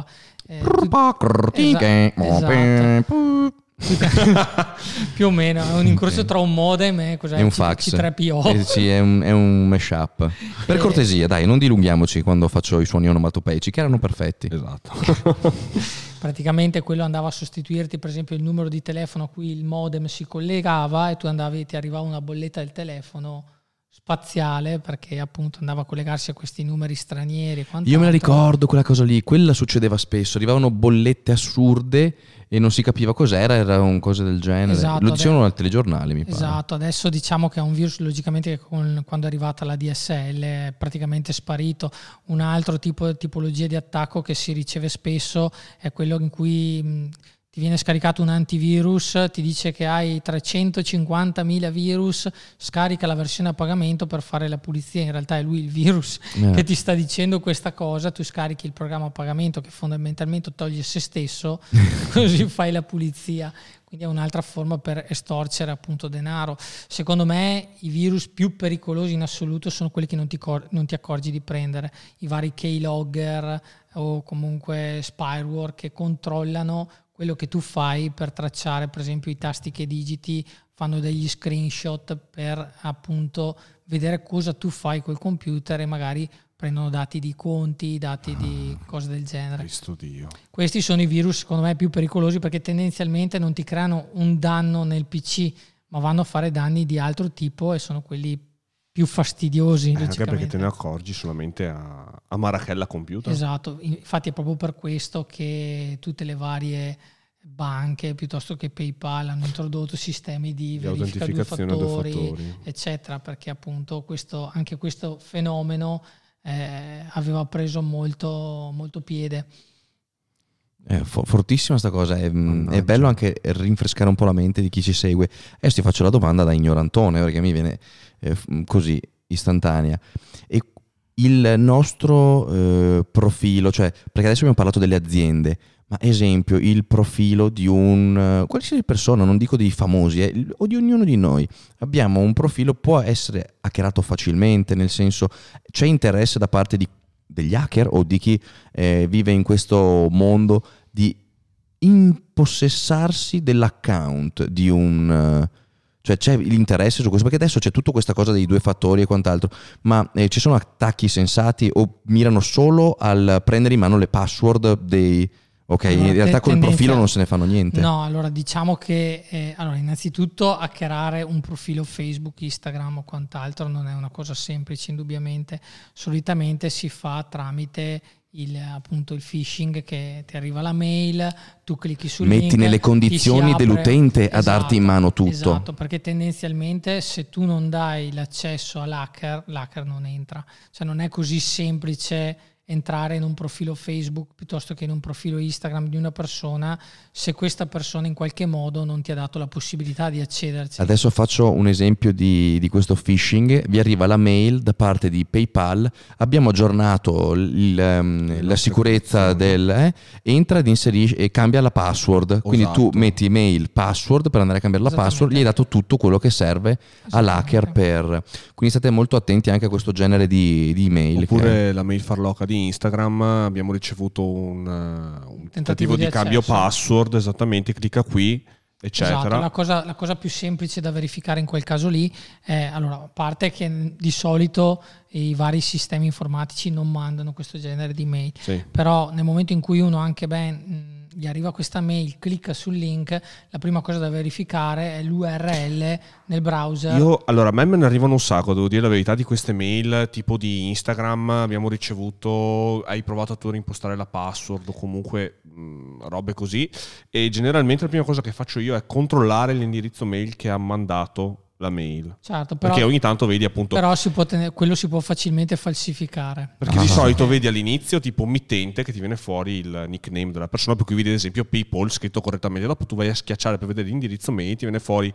Esatto. Più o meno è un incrocio tra un modem e cos'è? È un fax. C3PO. Sì, è un mashup. Per cortesia, dai, non dilunghiamoci quando faccio i suoni onomatopeici, che erano perfetti. Esatto. Praticamente quello andava a sostituirti per esempio il numero di telefono a cui il modem si collegava, e tu ti arrivava una bolletta del telefono spaziale, perché appunto andava a collegarsi a questi numeri stranieri. Io me la ricordo quella cosa lì, quella succedeva spesso, arrivavano bollette assurde e non si capiva cos'era, era un cosa del genere. Esatto, lo dicevano al telegiornale, mi pare. Esatto, adesso diciamo che è un virus logicamente che quando è arrivata la DSL è praticamente sparito. Un altro tipologia di attacco che si riceve spesso è quello in cui ti viene scaricato un antivirus, ti dice che hai 350.000 virus, scarica la versione a pagamento per fare la pulizia. In realtà è lui il virus che ti sta dicendo questa cosa, tu scarichi il programma a pagamento che fondamentalmente toglie se stesso, così fai la pulizia. Quindi è un'altra forma per estorcere appunto denaro. Secondo me i virus più pericolosi in assoluto sono quelli che non ti accorgi di prendere, i vari keylogger o comunque spyware che controllano quello che tu fai per tracciare per esempio i tasti che digiti, fanno degli screenshot per appunto vedere cosa tu fai col computer e magari prendono dati di conti, dati di cose del genere. Cristo Dio. Questi sono i virus secondo me più pericolosi perché tendenzialmente non ti creano un danno nel PC, ma vanno a fare danni di altro tipo e sono quelli più fastidiosi. Anche perché te ne accorgi solamente a Marachella Computer. Esatto, infatti è proprio per questo che tutte le varie banche piuttosto che PayPal hanno introdotto sistemi di verifica due fattori, eccetera, perché appunto anche questo fenomeno aveva preso molto, molto piede. Fortissima sta cosa, è bello anche rinfrescare un po' la mente di chi ci segue. Adesso ti faccio la domanda da ignorantone perché mi viene così istantanea. E il nostro profilo, cioè perché adesso abbiamo parlato delle aziende, ma esempio il profilo di un qualsiasi persona, non dico dei famosi, o di ognuno di noi, abbiamo un profilo, può essere hackerato facilmente, nel senso c'è interesse da parte degli hacker o di chi vive in questo mondo di impossessarsi dell'account di un cioè c'è l'interesse su questo, perché adesso c'è tutta questa cosa dei due fattori e quant'altro, ma ci sono attacchi sensati o mirano solo al prendere in mano le password dei... Ok, allora, in realtà col profilo non se ne fanno niente. No, allora diciamo che innanzitutto hackerare un profilo Facebook, Instagram o quant'altro non è una cosa semplice, indubbiamente. Solitamente si fa tramite appunto il phishing, che ti arriva la mail, tu clicchi sul link, metti nelle condizioni dell'utente a darti in mano tutto. Esatto, perché tendenzialmente se tu non dai l'accesso all'hacker, l'hacker non entra. Cioè non è così semplice entrare in un profilo Facebook piuttosto che in un profilo Instagram di una persona se questa persona in qualche modo non ti ha dato la possibilità di accederci. Adesso faccio un esempio di questo phishing. Vi arriva la mail da parte di PayPal, abbiamo aggiornato la sicurezza entra ed inserisce e cambia la password, quindi tu metti mail, password per andare a cambiare la password, gli hai dato tutto quello che serve all'hacker quindi state molto attenti anche a questo genere di email. Oppure la mail farlocca di Instagram, abbiamo ricevuto un tentativo di cambio password, esattamente, clicca qui, eccetera. Esatto, la cosa più semplice da verificare in quel caso lì è, allora, a parte che di solito i vari sistemi informatici non mandano questo genere di mail, però nel momento in cui uno anche gli arriva questa mail, clicca sul link, la prima cosa da verificare è l'URL nel browser. Allora, a me ne arrivano un sacco, devo dire la verità, di queste mail tipo di Instagram. Abbiamo ricevuto, hai provato a tu reimpostare la password o comunque robe così, e generalmente la prima cosa che faccio io è controllare l'indirizzo mail che ha mandato la mail. Certo, però, perché ogni tanto vedi appunto... Però quello si può facilmente falsificare. Perché di solito vedi all'inizio tipo mittente che ti viene fuori il nickname della persona, per cui vedi ad esempio PayPal scritto correttamente, dopo tu vai a schiacciare per vedere l'indirizzo mail, ti viene fuori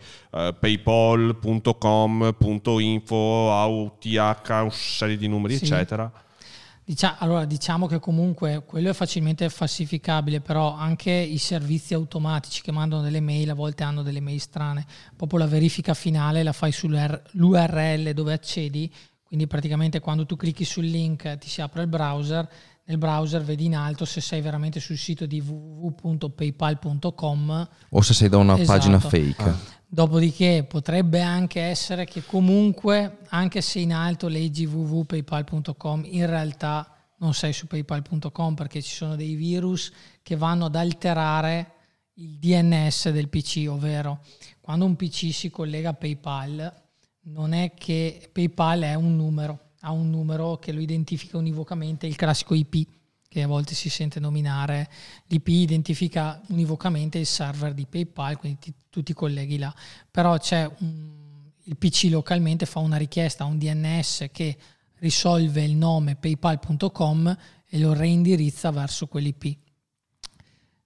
paypal.com.info auth, una serie di numeri eccetera. Allora diciamo che comunque quello è facilmente falsificabile, però anche i servizi automatici che mandano delle mail a volte hanno delle mail strane. Proprio la verifica finale la fai sull'URL dove accedi, quindi praticamente quando tu clicchi sul link ti si apre il browser, nel browser vedi in alto se sei veramente sul sito di www.paypal.com o se sei da una pagina fake. Dopodiché potrebbe anche essere che comunque, anche se in alto leggi www.paypal.com, in realtà non sei su paypal.com, perché ci sono dei virus che vanno ad alterare il DNS del PC, ovvero quando un PC si collega a PayPal, non è che PayPal è un numero, ha un numero che lo identifica univocamente, il classico IP, che a volte si sente nominare. L'IP identifica univocamente il server di PayPal, quindi tu ti colleghi là. Però il PC localmente fa una richiesta a un DNS che risolve il nome paypal.com e lo reindirizza verso quell'IP.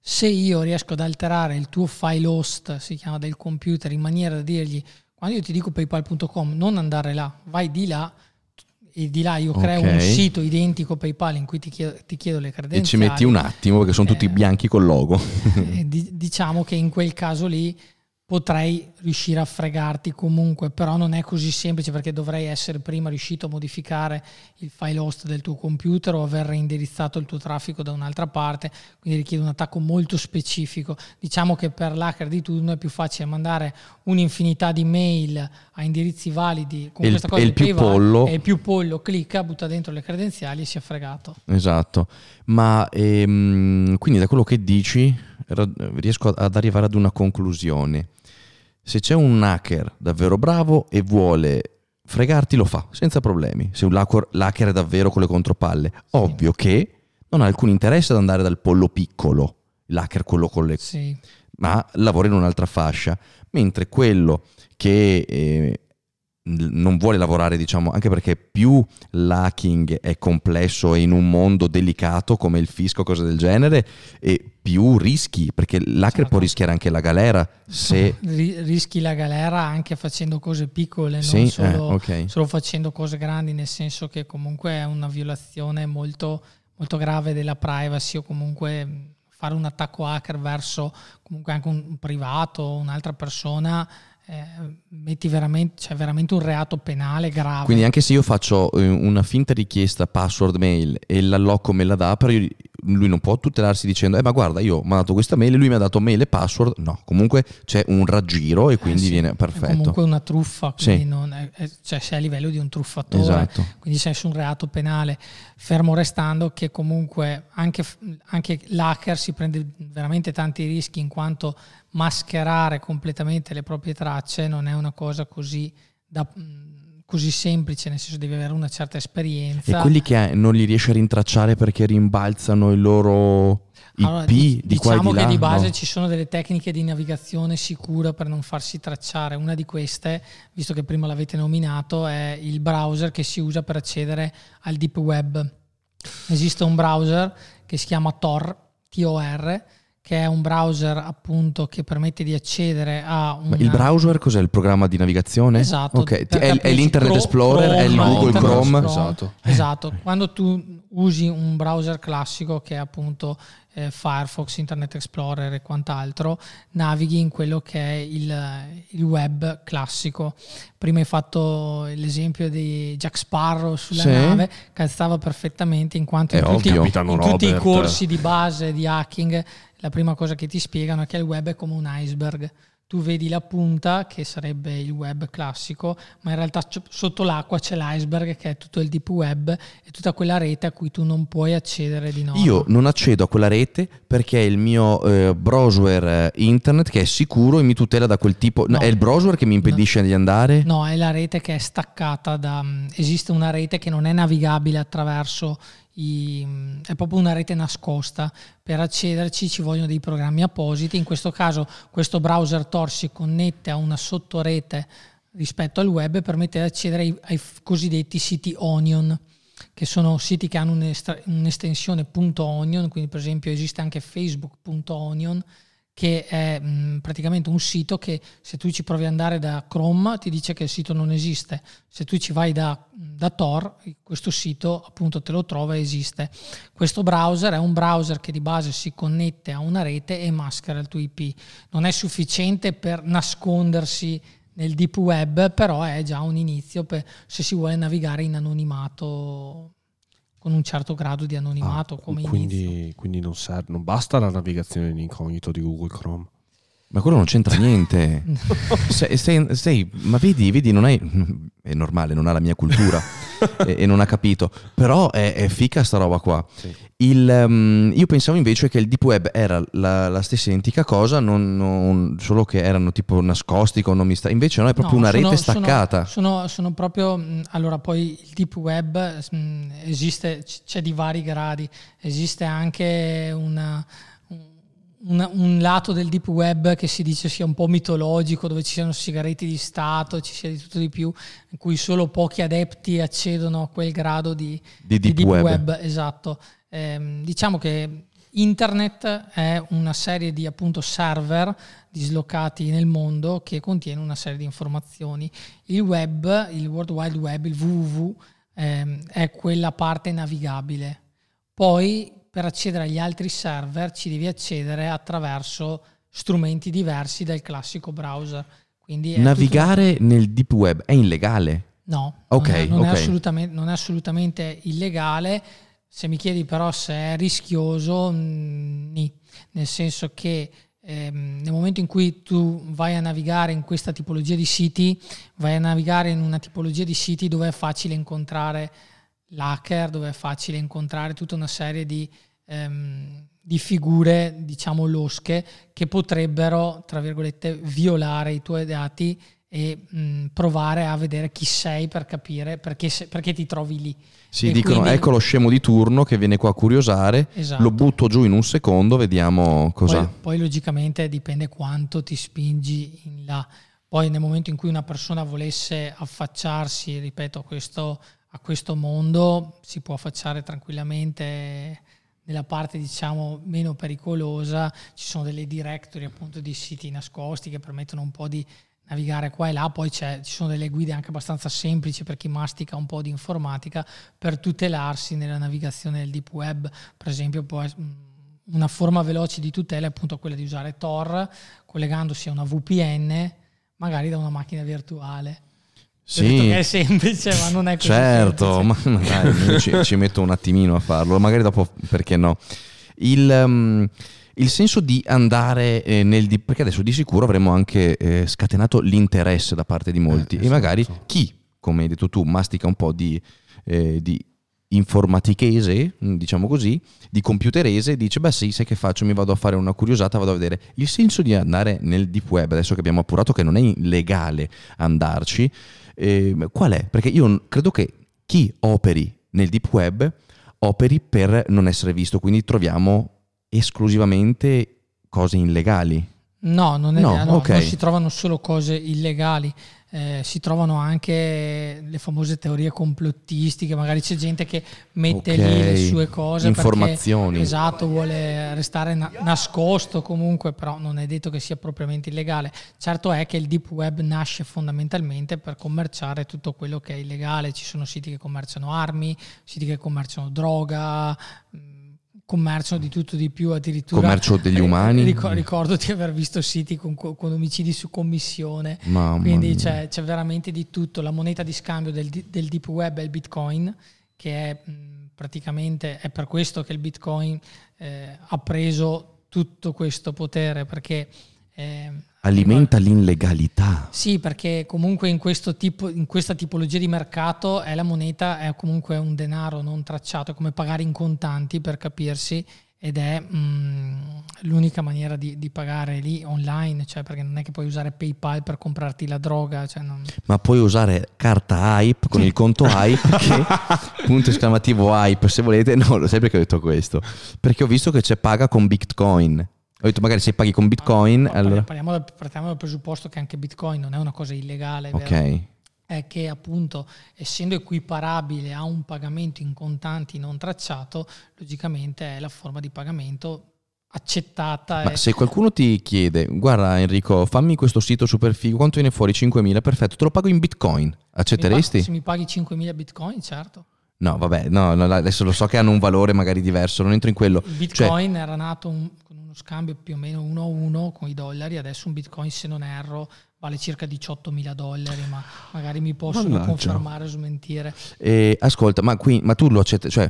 se io riesco ad alterare il tuo file host, si chiama, del computer, in maniera da dirgli, quando io ti dico paypal.com, non andare là, vai di là, e di là io creo un sito identico PayPal in cui ti chiedo le credenziali. E ci metti un attimo perché sono tutti bianchi col logo. Diciamo che in quel caso lì potrei riuscire a fregarti comunque, però non è così semplice, perché dovrei essere prima riuscito a modificare il file host del tuo computer o aver reindirizzato il tuo traffico da un'altra parte, quindi richiede un attacco molto specifico. Diciamo che per l'hacker di turno è più facile mandare un'infinità di mail a indirizzi validi con questa cosa, il più pollo, e il più pollo clicca, butta dentro le credenziali e si è fregato. Esatto. Ma quindi da quello che dici riesco ad arrivare ad una conclusione. Se c'è un hacker davvero bravo e vuole fregarti, lo fa senza problemi. Se l'hacker è davvero con le contropalle, sì. Ovvio che non ha alcun interesse ad andare dal pollo piccolo, l'hacker quello con le... Sì. Ma lavora in un'altra fascia, mentre quello che non vuole lavorare, diciamo, anche perché più l'hacking è complesso e in un mondo delicato come il fisco, cose del genere, e più rischi, perché l'hacker può rischiare anche la galera se... Rischi la galera anche facendo cose piccole, sì, non solo facendo cose grandi, nel senso che comunque è una violazione molto, molto grave della privacy, o comunque fare un attacco hacker verso comunque anche un privato, un'altra persona, metti veramente un reato penale grave. Quindi anche se io faccio una finta richiesta password mail e l'allocco me la dà, però lui non può tutelarsi dicendo ma guarda, io ho mandato questa mail e lui mi ha dato mail e password. No, comunque c'è un raggiro e quindi viene perfetto. È comunque una truffa, quindi sì. non cioè sei a livello di un truffatore, esatto. Quindi sei su un reato penale, fermo restando che comunque anche l'hacker si prende veramente tanti rischi, in quanto mascherare completamente le proprie tracce non è una cosa così semplice, nel senso devi avere una certa esperienza. E quelli che non li riesce a rintracciare perché rimbalzano il loro IP di qua e di là? Diciamo che di base ci sono delle tecniche di navigazione sicura per non farsi tracciare. Una di queste, visto che prima l'avete nominato, è il browser che si usa per accedere al deep web. Esiste un browser che si chiama Tor, T-O-R, che è un browser appunto che permette di accedere a il browser cos'è? Il programma di navigazione? Esatto. Okay. È l'Internet Explorer, è il Google Chrome. Esatto. Quando tu usi un browser classico che è appunto Firefox, Internet Explorer e quant'altro, navighi in quello che è il web classico. Prima hai fatto l'esempio di Jack Sparrow sulla nave, calzava perfettamente, in quanto in tutti i corsi di base di hacking la prima cosa che ti spiegano è che il web è come un iceberg. Tu vedi la punta, che sarebbe il web classico, ma in realtà sotto l'acqua c'è l'iceberg, che è tutto il deep web, e tutta quella rete a cui tu non puoi accedere di nuovo. Io non accedo a quella rete perché è il mio browser internet che è sicuro e mi tutela da quel tipo. No, è il browser che mi impedisce di andare? No, è la rete che è staccata da... Esiste una rete che non è navigabile attraverso... è proprio una rete nascosta. Per accederci ci vogliono dei programmi appositi. In questo caso questo browser Tor si connette a una sottorete rispetto al web e permette di accedere ai cosiddetti siti onion, che sono siti che hanno un'estensione .onion. Quindi per esempio esiste anche facebook.onion, che è praticamente un sito che se tu ci provi ad andare da Chrome ti dice che il sito non esiste. Se tu ci vai da Tor, questo sito appunto te lo trova e esiste. Questo browser è un browser che di base si connette a una rete e maschera il tuo IP. Non è sufficiente per nascondersi nel deep web, però è già un inizio se si vuole navigare in anonimato, con un certo grado di anonimato come inizio. Quindi non basta la navigazione in incognito di Google Chrome. Ma quello non c'entra niente. Ma vedi, non hai, è normale, non ha la mia cultura e non ha capito. Però è fica sta roba qua. Sì. Io pensavo invece che il deep web era la stessa identica cosa, non solo che erano tipo nascosti con nomi invece no, è proprio una rete staccata. Sono proprio... Allora, poi il deep web esiste, c'è di vari gradi. Esiste anche un lato del deep web che si dice sia un po' mitologico, dove ci siano segreti di Stato, ci sia di tutto di più, in cui solo pochi adepti accedono a quel grado di deep web. Esatto. Diciamo che Internet è una serie di appunto server dislocati nel mondo che contiene una serie di informazioni. Il web, il World Wide Web, il www, è quella parte navigabile. Poi per accedere agli altri server ci devi accedere attraverso strumenti diversi dal classico browser. Quindi navigare nel deep web è illegale? No, Okay, non ok. è assolutamente illegale. Se mi chiedi però se è rischioso, nì. Nel senso che nel momento in cui tu vai a navigare in questa tipologia di siti, vai a navigare in una tipologia di siti dove è facile incontrare l'hacker, dove è facile incontrare tutta una serie di figure, diciamo losche, che potrebbero, tra virgolette, violare i tuoi dati e provare a vedere chi sei per capire perché ti trovi lì. Sì, E dicono quindi- ecco lo scemo di turno che viene qua a curiosare, Esatto. lo butto giù in un secondo, vediamo cosa. Poi logicamente dipende quanto ti spingi in là. Poi nel momento in cui una persona volesse affacciarsi, ripeto, a questo mondo, si può affacciare tranquillamente nella parte diciamo meno pericolosa. Ci sono delle directory appunto di siti nascosti che permettono un po' di navigare qua e là. Poi ci sono delle guide anche abbastanza semplici per chi mastica un po' di informatica per tutelarsi nella navigazione del deep web. Per esempio una forma veloce di tutela è appunto quella di usare Tor collegandosi a una VPN magari da una macchina virtuale. Ho detto Sì, che è semplice, ma non è così certo, semplice. ma dai, io ci metto un attimino a farlo, magari dopo perché no. Il senso di andare perché adesso di sicuro avremo anche scatenato l'interesse da parte di molti e magari chi, come hai detto tu, mastica un po' di informatichese, diciamo così, di computerese, dice beh sì, sai che faccio, mi vado a fare una curiosata, vado a vedere. Il senso di andare nel deep web, adesso che abbiamo appurato che non è legale andarci, qual è? Perché io credo che chi operi nel deep web operi per non essere visto, quindi troviamo esclusivamente cose illegali. No, non è No, vero, no, ok. non si trovano solo cose illegali, si trovano anche le famose teorie complottistiche, magari c'è gente che mette Ok, lì le sue cose informazioni. perché esatto, vuole restare nascosto comunque, però non è detto che sia propriamente illegale. Certo è che il deep web nasce fondamentalmente per commerciare tutto quello che è illegale. Ci sono siti che commerciano armi, siti che commerciano droga, commercio di tutto di più, addirittura Commercio degli umani. ricordo di aver visto siti con omicidi su commissione. Mamma Quindi mia. c'è veramente di tutto. La moneta di scambio del deep web è il Bitcoin, che è praticamente è per questo che il Bitcoin ha preso tutto questo potere, perché Alimenta l'illegalità. sì, perché comunque in questa tipologia di mercato la moneta è comunque un denaro non tracciato, è come pagare in contanti per capirsi, ed è l'unica maniera di pagare lì online, cioè perché non è che puoi usare PayPal per comprarti la droga. Cioè Ma puoi usare carta Hype con il conto Hype che punto esclamativo Hype se volete. No, lo sai perché ho detto questo? Perché ho visto che c'è paga con Bitcoin. Ho detto magari se paghi con Bitcoin allora... partiamo dal presupposto che anche Bitcoin non è una cosa illegale, Ok. vero? È che appunto essendo equiparabile a un pagamento in contanti non tracciato, logicamente è la forma di pagamento accettata. Ma se qualcuno ti chiede guarda Enrico, fammi questo sito super figo, quanto viene fuori? 5.000, perfetto, te lo pago in Bitcoin, accetteresti? Se mi paghi 5.000 Bitcoin, certo. No, vabbè, no, adesso lo so che hanno un valore magari diverso, non entro in quello. Il Bitcoin era nato con uno scambio più o meno 1-1 con i dollari, adesso un Bitcoin, se non erro, vale circa $18.000, ma magari mi possono Mannaggia. confermare o smentire. Ascolta, ma tu lo accetti, cioè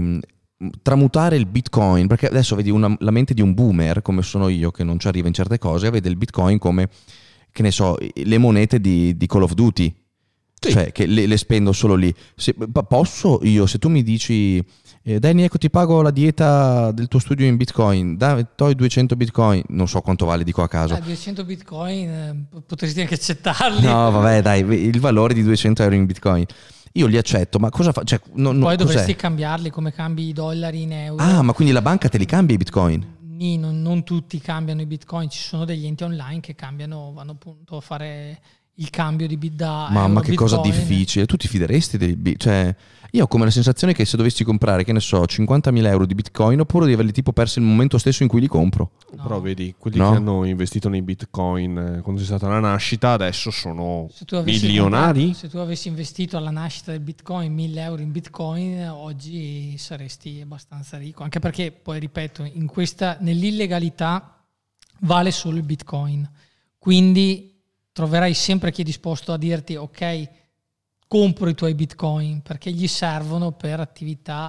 tramutare il Bitcoin, perché adesso vedi la mente di un boomer come sono io che non ci arriva in certe cose, vede il Bitcoin come, che ne so, le monete di Call of Duty. Sì. Cioè che le spendo solo lì. Posso io, se tu mi dici Danny, ecco ti pago la dieta del tuo studio in Bitcoin, togli 200 Bitcoin, non so quanto vale, dico a caso. 200 Bitcoin potresti anche accettarli. No vabbè dai, il valore di 200 euro in Bitcoin io li accetto, ma cosa fa? Cioè, Poi dovresti cos'è? cambiarli come cambi i dollari in euro. Ah, ma quindi la banca te li cambia i Bitcoin? Non tutti cambiano i Bitcoin, ci sono degli enti online che cambiano, vanno appunto a fare il cambio di da Mamma, euro che cosa Bitcoin. difficile. Tu ti fideresti cioè, io ho come la sensazione che se dovessi comprare, che ne so, 50.000 euro di Bitcoin, ho paura di averli tipo persi il momento stesso in cui li compro. No. Però vedi, quelli No? che hanno investito nei bitcoin quando c'è stata la nascita adesso sono Se tu avessi milionari. se tu avessi investito alla nascita del Bitcoin 1.000 euro in Bitcoin, oggi saresti abbastanza ricco. Anche perché, poi ripeto, nell'illegalità vale solo il Bitcoin. Quindi troverai sempre chi è disposto a dirti ok, compro i tuoi Bitcoin, perché gli servono per attività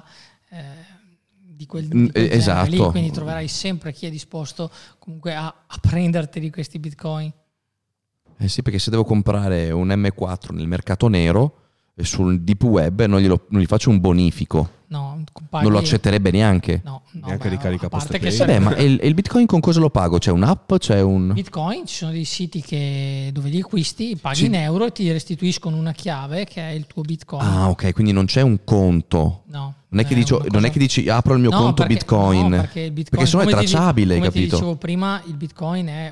di quel genere esatto. lì. Quindi troverai sempre chi è disposto comunque a prenderti questi Bitcoin. Eh sì, perché se devo comprare un M4 nel mercato nero sul deep web non gli faccio un bonifico. No, Non lo accetterebbe neanche. No, Neanche ricarica a parte post-play. che Vabbè, ma il Bitcoin con cosa lo pago? C'è un'app? C'è un... Bitcoin, ci sono dei siti dove li acquisti, paghi Sì. in euro e ti restituiscono una chiave che è il tuo Bitcoin. Ah, ok, quindi non c'è un conto. No, Non è che dici apro il mio conto Bitcoin. No, perché il Bitcoin, perché sennò è come tracciabile, come capito? ti dicevo prima, il Bitcoin è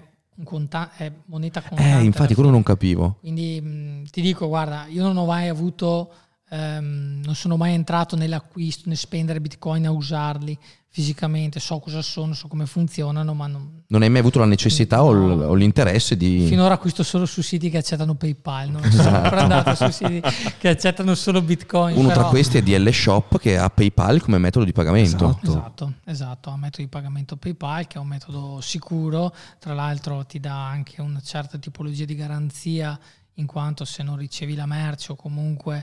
è moneta contante. Infatti quello non capivo. Quindi ti dico, guarda, io non ho mai avuto, non sono mai entrato nell'acquisto, nel spendere Bitcoin a usarli fisicamente, so cosa sono, so come funzionano, ma Non hai mai avuto la necessità o l'interesse di... finora acquisto solo su siti che accettano PayPal, non sono ancora andato su siti che accettano solo Bitcoin. Uno però... tra questi è DL Shop che ha PayPal come metodo di pagamento. Esatto, ha un metodo di pagamento PayPal che è un metodo sicuro, tra l'altro ti dà anche una certa tipologia di garanzia, in quanto se non ricevi la merce o comunque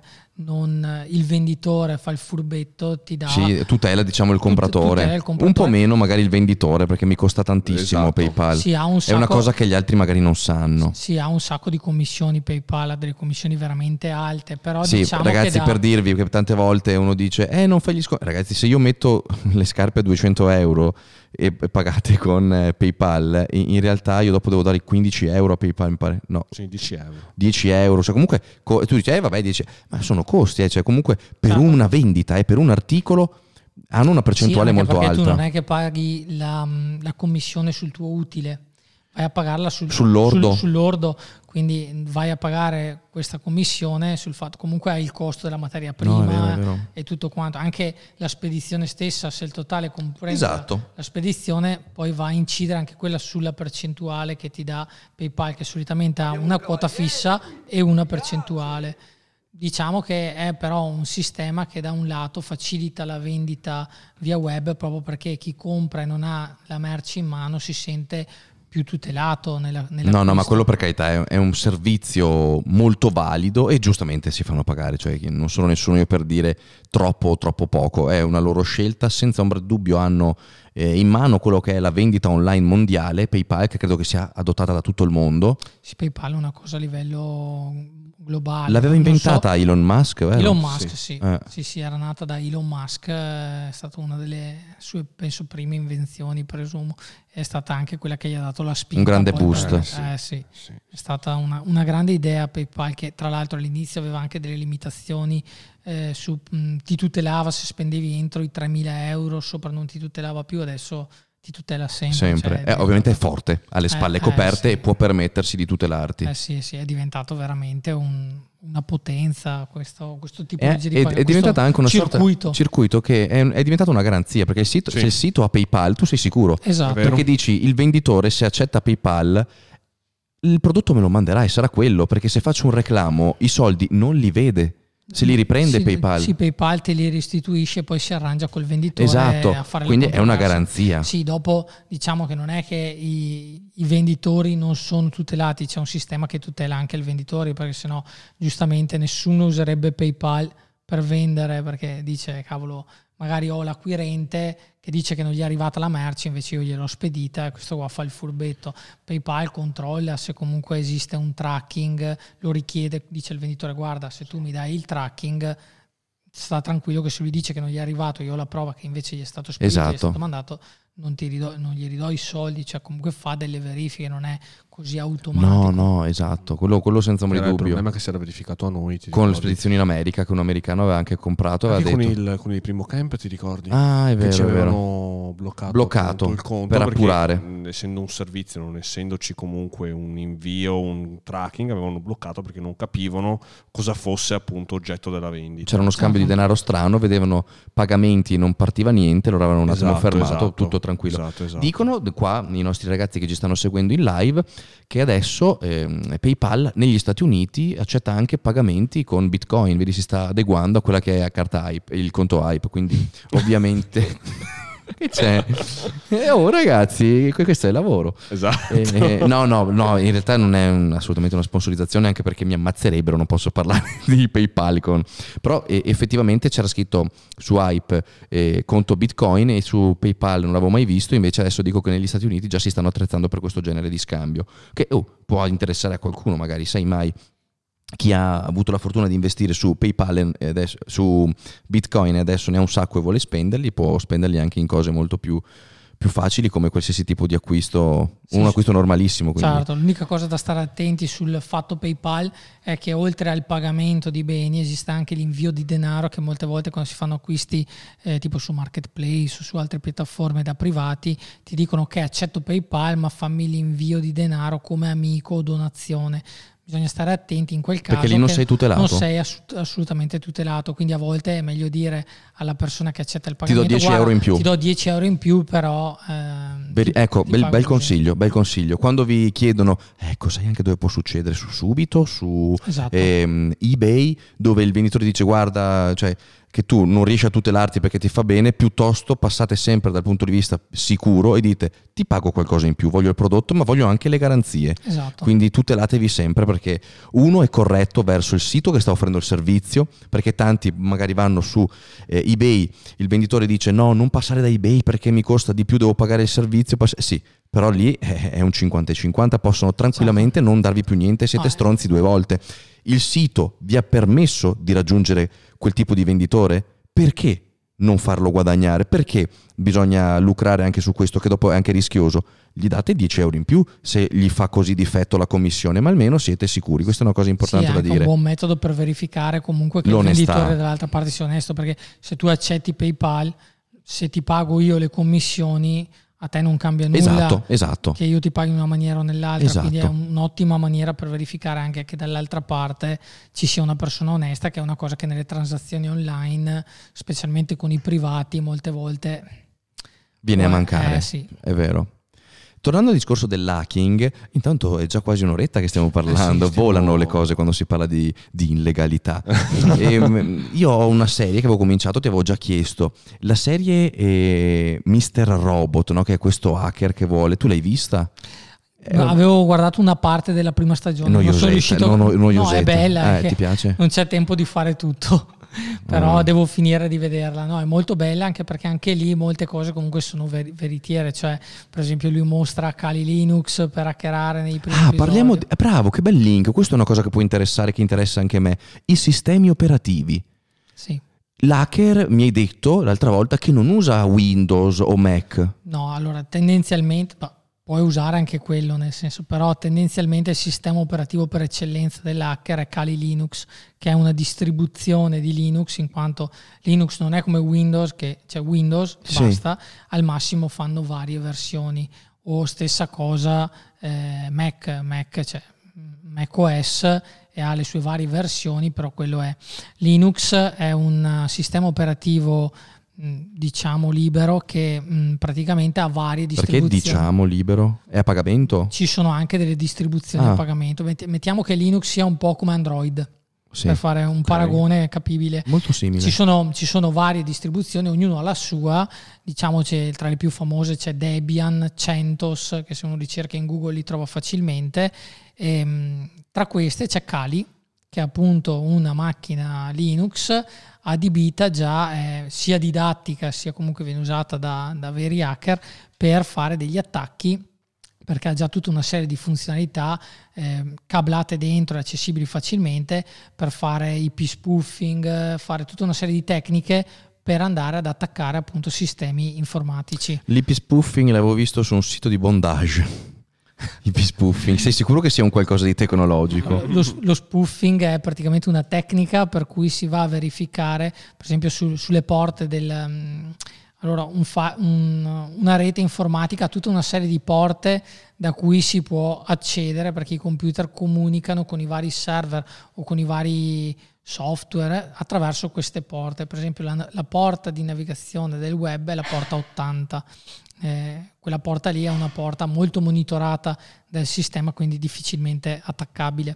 il venditore fa il furbetto, ti dà... Sì, tutela diciamo il compratore. tutela il compratore. Un po' meno magari il venditore perché mi costa tantissimo Esatto. PayPal. Sì, ha un È una sacco- cosa che gli altri magari non sanno. Sì, ha un sacco di commissioni PayPal, ha delle commissioni veramente alte, però Sì, diciamo ragazzi, che per dirvi che tante volte uno dice non fai gli sconti. Ragazzi, se io metto le scarpe a 200 euro e pagate con PayPal, in realtà io dopo devo dare 15 euro a PayPal, mi pare. No, Sì, 10 euro. 10 euro. Cioè comunque tu dici, vabbè, dici, ma sono costi, cioè comunque per Certo. una vendita e per un articolo hanno una percentuale sì, anche molto perché alta. tu non è che paghi la commissione sul tuo utile, vai a pagarla Sull'ordo. sull'ordo, quindi vai a pagare questa commissione sul fatto comunque hai il costo della materia prima. No, è vero. E tutto quanto, anche la spedizione stessa, se il totale comprende Esatto. la spedizione, poi va a incidere anche quella sulla percentuale che ti dà PayPal, che solitamente ha una quota fissa e una percentuale. Diciamo che è però un sistema che da un lato facilita la vendita via web, proprio perché chi compra e non ha la merce in mano si sente più tutelato No, ma quello per carità è un servizio molto valido e giustamente si fanno pagare, cioè non sono nessuno io per dire troppo o troppo poco, è una loro scelta, senza ombra di dubbio hanno in mano quello che è la vendita online mondiale, PayPal, che credo che sia adottata da tutto il mondo. Sì, PayPal è una cosa a livello globale. L'aveva inventata Elon Musk, vero? Elon Musk, Sì. sì, era nata da Elon Musk, è stata una delle sue, penso, prime invenzioni, presumo. È stata anche quella che gli ha dato la spinta. Un grande poi boost. sì. È stata una grande idea PayPal, che tra l'altro all'inizio aveva anche delle limitazioni, ti tutelava se spendevi entro i 3.000 euro, sopra non ti tutelava più, adesso ti tutela sempre. Cioè, ovviamente è forte, ha le spalle coperte sì. e può permettersi di tutelarti. Sì, è diventato veramente una potenza questo tipo È diventata anche una circuito che è diventata una garanzia, perché se il sito ha PayPal tu sei sicuro. Esatto. Perché dici il venditore se accetta PayPal il prodotto me lo manderà e sarà quello, perché se faccio un reclamo i soldi non li vede. Se li riprende PayPal. Sì, PayPal te li restituisce e poi si arrangia col venditore a fare quindi le è una garanzia. Sì, dopo diciamo che non è che i venditori non sono tutelati, c'è un sistema che tutela anche il venditore, perché sennò giustamente nessuno userebbe PayPal per vendere, perché dice cavolo, magari ho l'acquirente che dice che non gli è arrivata la merce, invece io gliel'ho spedita e questo qua fa il furbetto. PayPal controlla se comunque esiste un tracking, lo richiede, dice il venditore guarda, se tu mi dai il tracking sta tranquillo che se lui dice che non gli è arrivato, io ho la prova che invece gli è stato spedito, gli è stato mandato, non gli ridò i soldi, cioè comunque fa delle verifiche, non è così automatico. No, esatto, quello senza ombra di dubbio. Il problema è che si era verificato a noi. Con le spedizioni in America, che un americano aveva anche comprato, anche aveva detto. con il primo camp, ti ricordi? Ah, è vero, che ci è vero. avevano bloccato il conto per perché, appurare. essendo un servizio, non essendoci comunque un invio, un tracking, avevano bloccato perché non capivano cosa fosse appunto oggetto della vendita. C'era uno scambio di denaro strano, vedevano pagamenti, non partiva niente, loro avevano un attimo fermato, tutto tranquillo. Esatto. Dicono qua i nostri ragazzi che ci stanno seguendo in live che adesso PayPal negli Stati Uniti accetta anche pagamenti con Bitcoin, vedi, si sta adeguando a quella che è la carta Hype, il conto Hype, quindi ovviamente che c'è? Ragazzi, questo è il lavoro. Esatto. No, in realtà non è assolutamente una sponsorizzazione, anche perché mi ammazzerebbero, non posso parlare di PayPal però effettivamente c'era scritto su Hype conto Bitcoin, e su PayPal non l'avevo mai visto. Invece adesso dico che negli Stati Uniti già si stanno attrezzando per questo genere di scambio, che può interessare a qualcuno, magari, sai mai. Chi ha avuto la fortuna di investire su PayPal adesso, su Bitcoin, e adesso ne ha un sacco e vuole spenderli, può spenderli anche in cose molto più facili, come qualsiasi tipo di acquisto, un acquisto normalissimo. Quindi. Certo, l'unica cosa da stare attenti sul fatto PayPal è che oltre al pagamento di beni esiste anche l'invio di denaro, che molte volte quando si fanno acquisti tipo su Marketplace o su altre piattaforme da privati ti dicono che accetto PayPal ma fammi l'invio di denaro come amico o donazione. Bisogna stare attenti in quel caso, perché lì non sei tutelato. Non sei assolutamente tutelato, quindi a volte è meglio dire alla persona che accetta il pagamento: ti do 10 euro in più. Ti do 10 euro in più, però ecco, bel consiglio. Quando vi chiedono sai anche dove può succedere? Su Subito, su esatto. eBay, dove il venditore dice guarda, cioè che tu non riesci a tutelarti perché ti fa bene, piuttosto passate sempre dal punto di vista sicuro e dite: ti pago qualcosa in più, voglio il prodotto ma voglio anche le garanzie. Esatto. Quindi tutelatevi sempre, perché uno è corretto verso il sito che sta offrendo il servizio, perché tanti magari vanno su eBay, il venditore dice no, non passare da eBay perché mi costa di più, devo pagare il servizio. Sì, però lì è un 50-50, possono tranquillamente non darvi più niente, siete stronzi 2 volte. Il sito vi ha permesso di raggiungere quel tipo di venditore? Perché non farlo guadagnare? Perché bisogna lucrare anche su questo, che dopo è anche rischioso? Gli date 10 euro in più se gli fa così difetto la commissione, ma almeno siete sicuri. Questa è una cosa importante da dire. È un buon metodo per verificare comunque che l'onestà. Il venditore dall'altra parte sia onesto, perché se tu accetti PayPal, se ti pago io le commissioni, a te non cambia nulla. Esatto. Che io ti paghi in una maniera o nell'altra. Esatto. Quindi è un'ottima maniera per verificare anche che dall'altra parte ci sia una persona onesta, che è una cosa che nelle transazioni online, specialmente con i privati, molte volte viene a mancare. Sì. È vero. Tornando al discorso dell'hacking, intanto è già quasi un'oretta che stiamo parlando, volano le cose quando si parla di illegalità. Io ho una serie che avevo cominciato, ti avevo già chiesto, la serie Mr. Robot, no? Che è questo hacker che vuole, tu l'hai vista? Avevo guardato una parte della prima stagione, non sono riuscito. No, è bella, ti piace? Non c'è tempo di fare tutto. Però devo finire di vederla. No, è molto bella, anche perché anche lì molte cose comunque sono veritiere. Cioè, per esempio, lui mostra Kali Linux per hackerare nei primi episodi. Parliamo bravo, che bel link. Questa è una cosa che può interessare, che interessa anche me. I sistemi operativi. Sì. L'hacker mi hai detto l'altra volta che non usa Windows o Mac. No, allora tendenzialmente puoi usare anche quello, nel senso, però tendenzialmente il sistema operativo per eccellenza dell'hacker è Kali Linux, che è una distribuzione di Linux, in quanto Linux non è come Windows, che c'è Windows, basta, al massimo fanno varie versioni. O stessa cosa Mac, cioè Mac OS, e ha le sue varie versioni, però quello è. Linux è un sistema operativo diciamo libero, che praticamente ha varie distribuzioni. Perché diciamo libero? È a pagamento? Ci sono anche delle distribuzioni a pagamento. Mettiamo che Linux sia un po' come Android, per fare un paragone capibile. Molto simile. Ci sono varie distribuzioni, ognuno ha la sua. Diciamo tra le più famose c'è Debian, CentOS, che se uno li cerca in Google li trova facilmente. Tra queste c'è Kali, che è appunto una macchina Linux adibita già, sia didattica sia comunque viene usata da veri hacker per fare degli attacchi, perché ha già tutta una serie di funzionalità cablate dentro e accessibili facilmente per fare IP spoofing, fare tutta una serie di tecniche per andare ad attaccare appunto sistemi informatici. L'IP spoofing l'avevo visto su un sito di bondage. IP spoofing, sei sicuro che sia un qualcosa di tecnologico? Lo spoofing è praticamente una tecnica per cui si va a verificare, per esempio sulle porte allora una rete informatica ha tutta una serie di porte da cui si può accedere, perché i computer comunicano con i vari server o con i vari software attraverso queste porte. Per esempio la porta di navigazione del web è la porta 80. Quella porta lì è una porta molto monitorata dal sistema, quindi difficilmente attaccabile.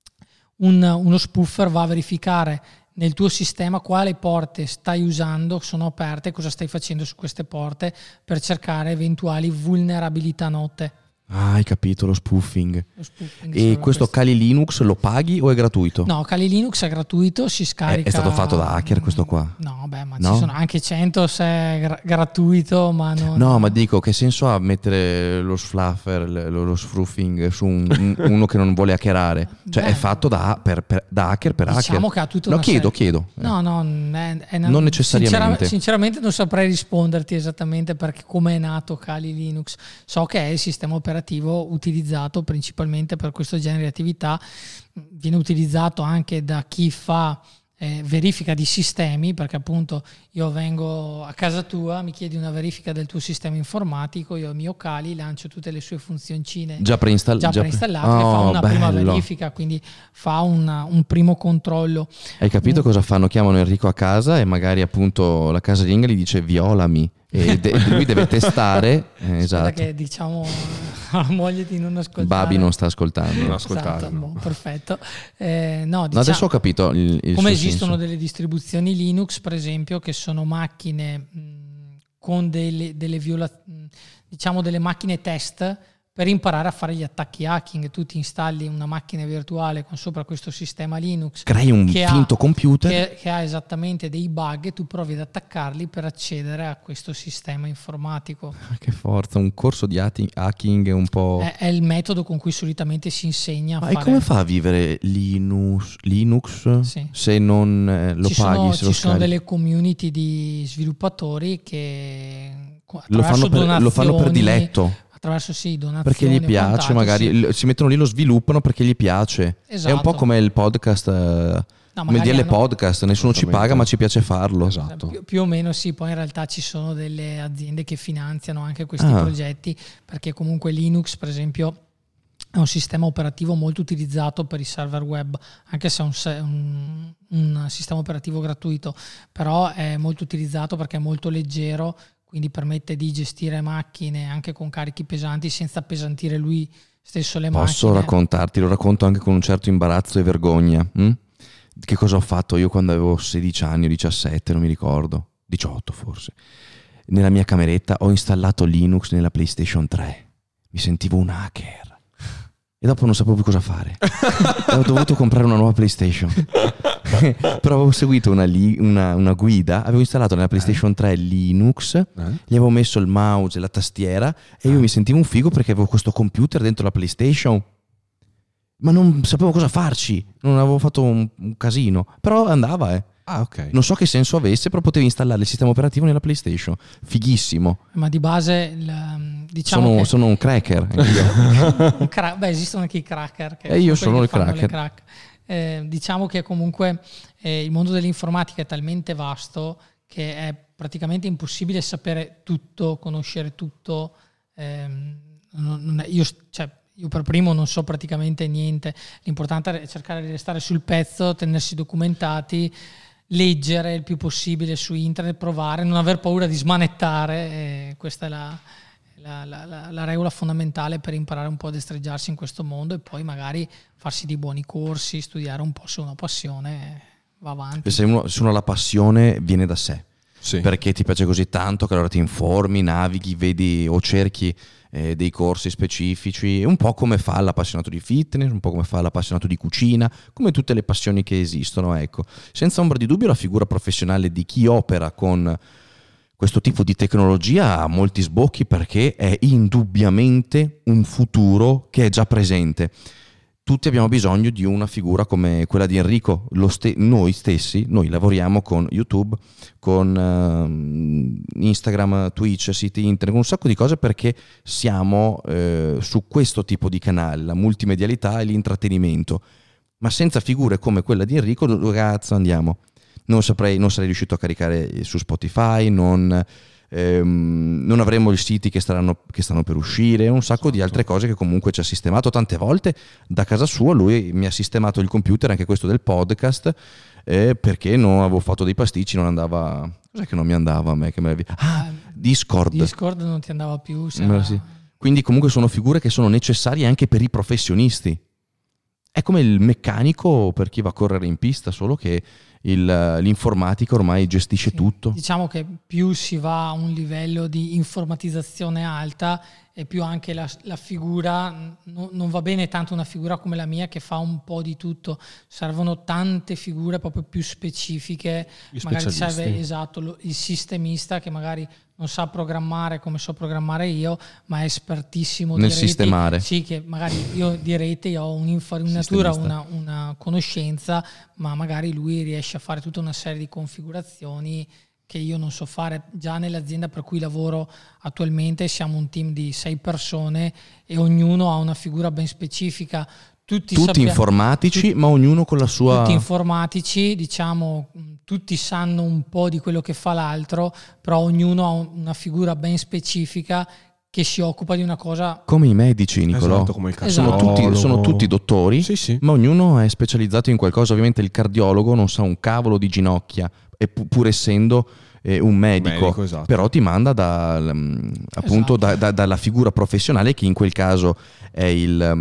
Uno spoofer va a verificare nel tuo sistema quale porte stai usando, sono aperte, cosa stai facendo su queste porte, per cercare eventuali vulnerabilità note. Ah, hai capito, lo spoofing. E questo Kali Linux lo paghi o è gratuito? No, Kali Linux è gratuito, si scarica. È stato fatto da hacker questo qua? No, beh, ma no? Ci sono anche 100 se è gratuito, ma non... No, ma dico, che senso ha mettere lo fluffer, lo spoofing su uno che non vuole hackerare? Cioè è fatto da hacker per diciamo hacker? Che ha tutta una chiedo. No, non necessariamente. Sinceramente non saprei risponderti esattamente perché come è nato Kali Linux. So che è il sistema operativo utilizzato principalmente per questo genere di attività, viene utilizzato anche da chi fa verifica di sistemi, perché appunto io vengo a casa tua, mi chiedi una verifica del tuo sistema informatico, io il mio Kali lancio tutte le sue funzioncine già preinstallate, che fa una prima verifica, quindi fa un primo controllo. Hai capito cosa fanno? Chiamano Enrico a casa e magari appunto la casalinga gli dice violami e lui deve testare. Esatto. Che diciamo alla moglie di non ascoltare. Babi non sta ascoltando. Non ascoltare. Esatto, no. Perfetto. No, diciamo, adesso ho capito il come senso. esistono delle distribuzioni Linux, per esempio, che sono macchine con delle macchine test per imparare a fare gli attacchi hacking. Tu ti installi una macchina virtuale con sopra questo sistema Linux, crei un finto computer che ha esattamente dei bug e tu provi ad attaccarli per accedere a questo sistema informatico. Che forza, un corso di hacking un po'... È il metodo con cui solitamente si insegna a fare... E come fa a vivere Linux sì. se non lo paghi? Ci sono delle community di sviluppatori che lo fanno per diletto. Attraverso donazioni, perché gli piace, magari si mettono lì, lo sviluppano perché gli piace. Esatto. È un po' come il podcast, come il podcast, nessuno ci paga ma ci piace farlo. Esatto. Più o meno sì, poi in realtà ci sono delle aziende che finanziano anche questi progetti, perché comunque Linux per esempio è un sistema operativo molto utilizzato per i server web, anche se è un sistema operativo gratuito, però è molto utilizzato perché è molto leggero, quindi permette di gestire macchine anche con carichi pesanti senza appesantire lui stesso le macchine. Posso raccontarti, lo racconto anche con un certo imbarazzo e vergogna. Che cosa ho fatto io quando avevo 16 anni o 17, non mi ricordo, 18 forse. Nella mia cameretta ho installato Linux nella PlayStation 3. Mi sentivo un hacker. E dopo non sapevo più cosa fare. Ho dovuto comprare una nuova PlayStation. Però avevo seguito una guida, avevo installato nella PlayStation 3 Linux, gli avevo messo il mouse e la tastiera e io mi sentivo un figo perché avevo questo computer dentro la PlayStation, ma non sapevo cosa farci, non avevo fatto un casino, però andava ok. Non so che senso avesse, però potevi installare il sistema operativo nella PlayStation. Fighissimo. Ma di base diciamo sono un cracker. esistono anche i cracker. E io sono il cracker. Diciamo che comunque il mondo dell'informatica è talmente vasto che è praticamente impossibile sapere tutto, conoscere tutto. Io per primo non so praticamente niente. L'importante è cercare di restare sul pezzo, tenersi documentati, leggere il più possibile su internet, provare, non aver paura di smanettare. Questa è la regola fondamentale per imparare un po' a destreggiarsi in questo mondo, e poi magari farsi dei buoni corsi, studiare un po' su una passione, va avanti. Se uno ha la passione viene da sé, sì. Perché ti piace così tanto che allora ti informi, navighi, vedi o cerchi dei corsi specifici, un po' come fa l'appassionato di fitness, un po' come fa l'appassionato di cucina, come tutte le passioni che esistono, ecco. Senza ombra di dubbio la figura professionale di chi opera con questo tipo di tecnologia ha molti sbocchi, perché è indubbiamente un futuro che è già presente. tutti abbiamo bisogno di una figura come quella di Enrico. Noi lavoriamo con YouTube, con Instagram, Twitch, siti internet, con un sacco di cose, perché siamo su questo tipo di canale, la multimedialità e l'intrattenimento. Ma senza figure come quella di Enrico, dove cazzo andiamo? Non sarei riuscito a caricare su Spotify, non avremo i siti che stanno per uscire, un sacco di altre cose che comunque ci ha sistemato tante volte da casa sua. Lui mi ha sistemato il computer, anche questo del podcast, perché non avevo fatto dei pasticci, non andava. Cos'è che non mi andava a me? Discord non ti andava più, sì. Quindi comunque sono figure che sono necessarie anche per i professionisti. È come il meccanico per chi va a correre in pista, solo che l'informatica ormai gestisce tutto. Diciamo che più si va a un livello di informatizzazione alta, e più anche la figura, non va bene tanto una figura come la mia che fa un po' di tutto. Servono tante figure proprio più specifiche. Magari serve il sistemista che magari non sa programmare come so programmare io, ma è espertissimo nel di reti. Sistemare. Sì, che magari io di rete ho un'infarinatura, una conoscenza, ma magari lui riesce a fare tutta una serie di configurazioni che io non so fare. Già nell'azienda per cui lavoro attualmente siamo un team di 6 persone e ognuno ha una figura ben specifica. Tutti informatici, ma ognuno con la sua... Tutti informatici, diciamo, tutti sanno un po' di quello che fa l'altro, però ognuno ha una figura ben specifica che si occupa di una cosa. Come i medici, Nicolò. Esatto, come il sono tutti dottori, sì. Ma ognuno è specializzato in qualcosa. Ovviamente il cardiologo non sa un cavolo di ginocchia, pur essendo un medico, esatto. Però ti manda appunto dalla figura professionale, che in quel caso è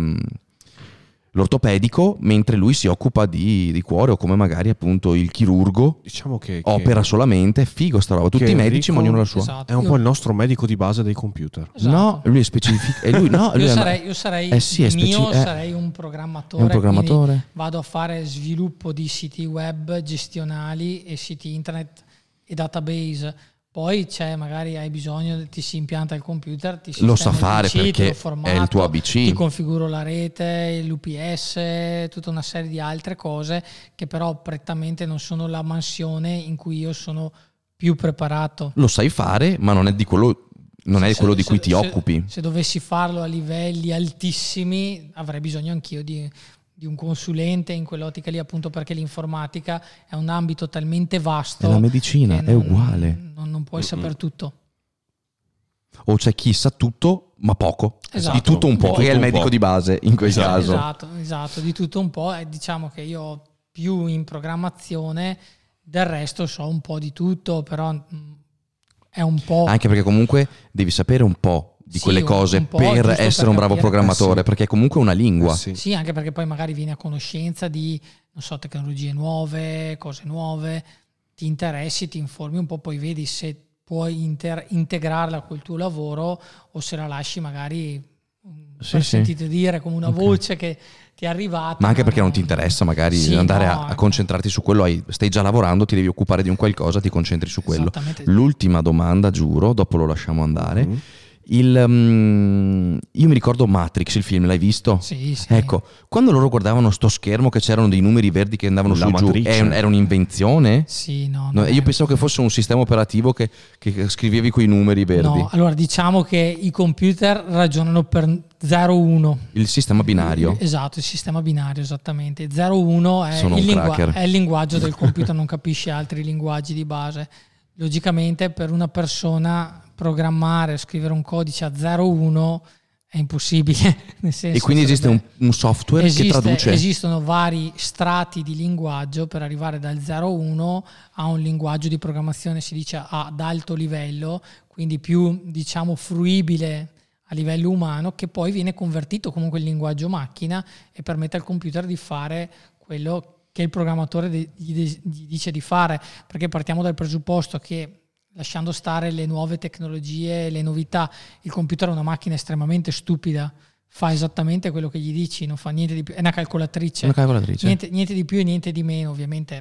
l'ortopedico, mentre lui si occupa di cuore, o come magari appunto il chirurgo, diciamo che opera solamente. È figo sta roba, tutti i medici, ma ognuno la sua. Esatto. È un po' il nostro medico di base dei computer. Esatto. No, lui è specifico. Io sarei sarei un programmatore. È un programmatore. Vado a fare sviluppo di siti web gestionali e siti internet e database. Poi magari hai bisogno, ti si impianta il computer, lo sa fare PC, perché è il tuo ABC. Ti configuro la rete, l'UPS, tutta una serie di altre cose che però prettamente non sono la mansione in cui io sono più preparato. Lo sai fare, ma non è di quello. Non è quello di cui ti occupi. Se dovessi farlo a livelli altissimi, avrei bisogno anch'io di un consulente in quell'ottica lì, appunto perché l'informatica è un ambito talmente vasto. E la medicina è uguale. Non puoi sapere tutto. O c'è chi sa tutto, ma poco. Esatto. Di tutto un po', che è il medico di base in quel caso. Esatto, di tutto un po'. E diciamo che io ho più in programmazione, del resto so un po' di tutto, però è un po'. Anche perché comunque devi sapere un po' di quelle cose per essere un bravo programmatore, perché è comunque una lingua. Sì, anche perché poi magari vieni a conoscenza di, non so, tecnologie nuove, cose nuove, ti interessi, ti informi un po', poi vedi se puoi integrarla col tuo lavoro o se la lasci magari sentite dire come una voce che ti è arrivata. Ma anche perché non ti interessa magari andare a concentrarti su quello, stai già lavorando, ti devi occupare di un qualcosa, ti concentri su quello. L'ultima domanda, giuro, dopo lo lasciamo andare. Io mi ricordo Matrix, il film, l'hai visto? Sì. Ecco, quando loro guardavano sto schermo che c'erano dei numeri verdi che andavano su giù, era un'invenzione? Sì, no. Io pensavo che fosse un sistema operativo che scrivevi quei numeri verdi. No, allora diciamo che i computer ragionano per 0-1. Il sistema binario. Esatto, il sistema binario, esattamente. 0-1 è il linguaggio del computer, non capisce altri linguaggi di base. Logicamente per una persona programmare, scrivere un codice a 0-1 è impossibile. Nel senso, e quindi esiste un software che traduce? Esistono vari strati di linguaggio per arrivare dal 0-1 a un linguaggio di programmazione, si dice ad alto livello, quindi più diciamo fruibile a livello umano, che poi viene convertito comunque in linguaggio macchina e permette al computer di fare quello che il programmatore gli dice di fare, perché partiamo dal presupposto che, lasciando stare le nuove tecnologie, le novità, il computer è una macchina estremamente stupida, fa esattamente quello che gli dici, non fa niente di più, è una calcolatrice. Niente di più e niente di meno. Ovviamente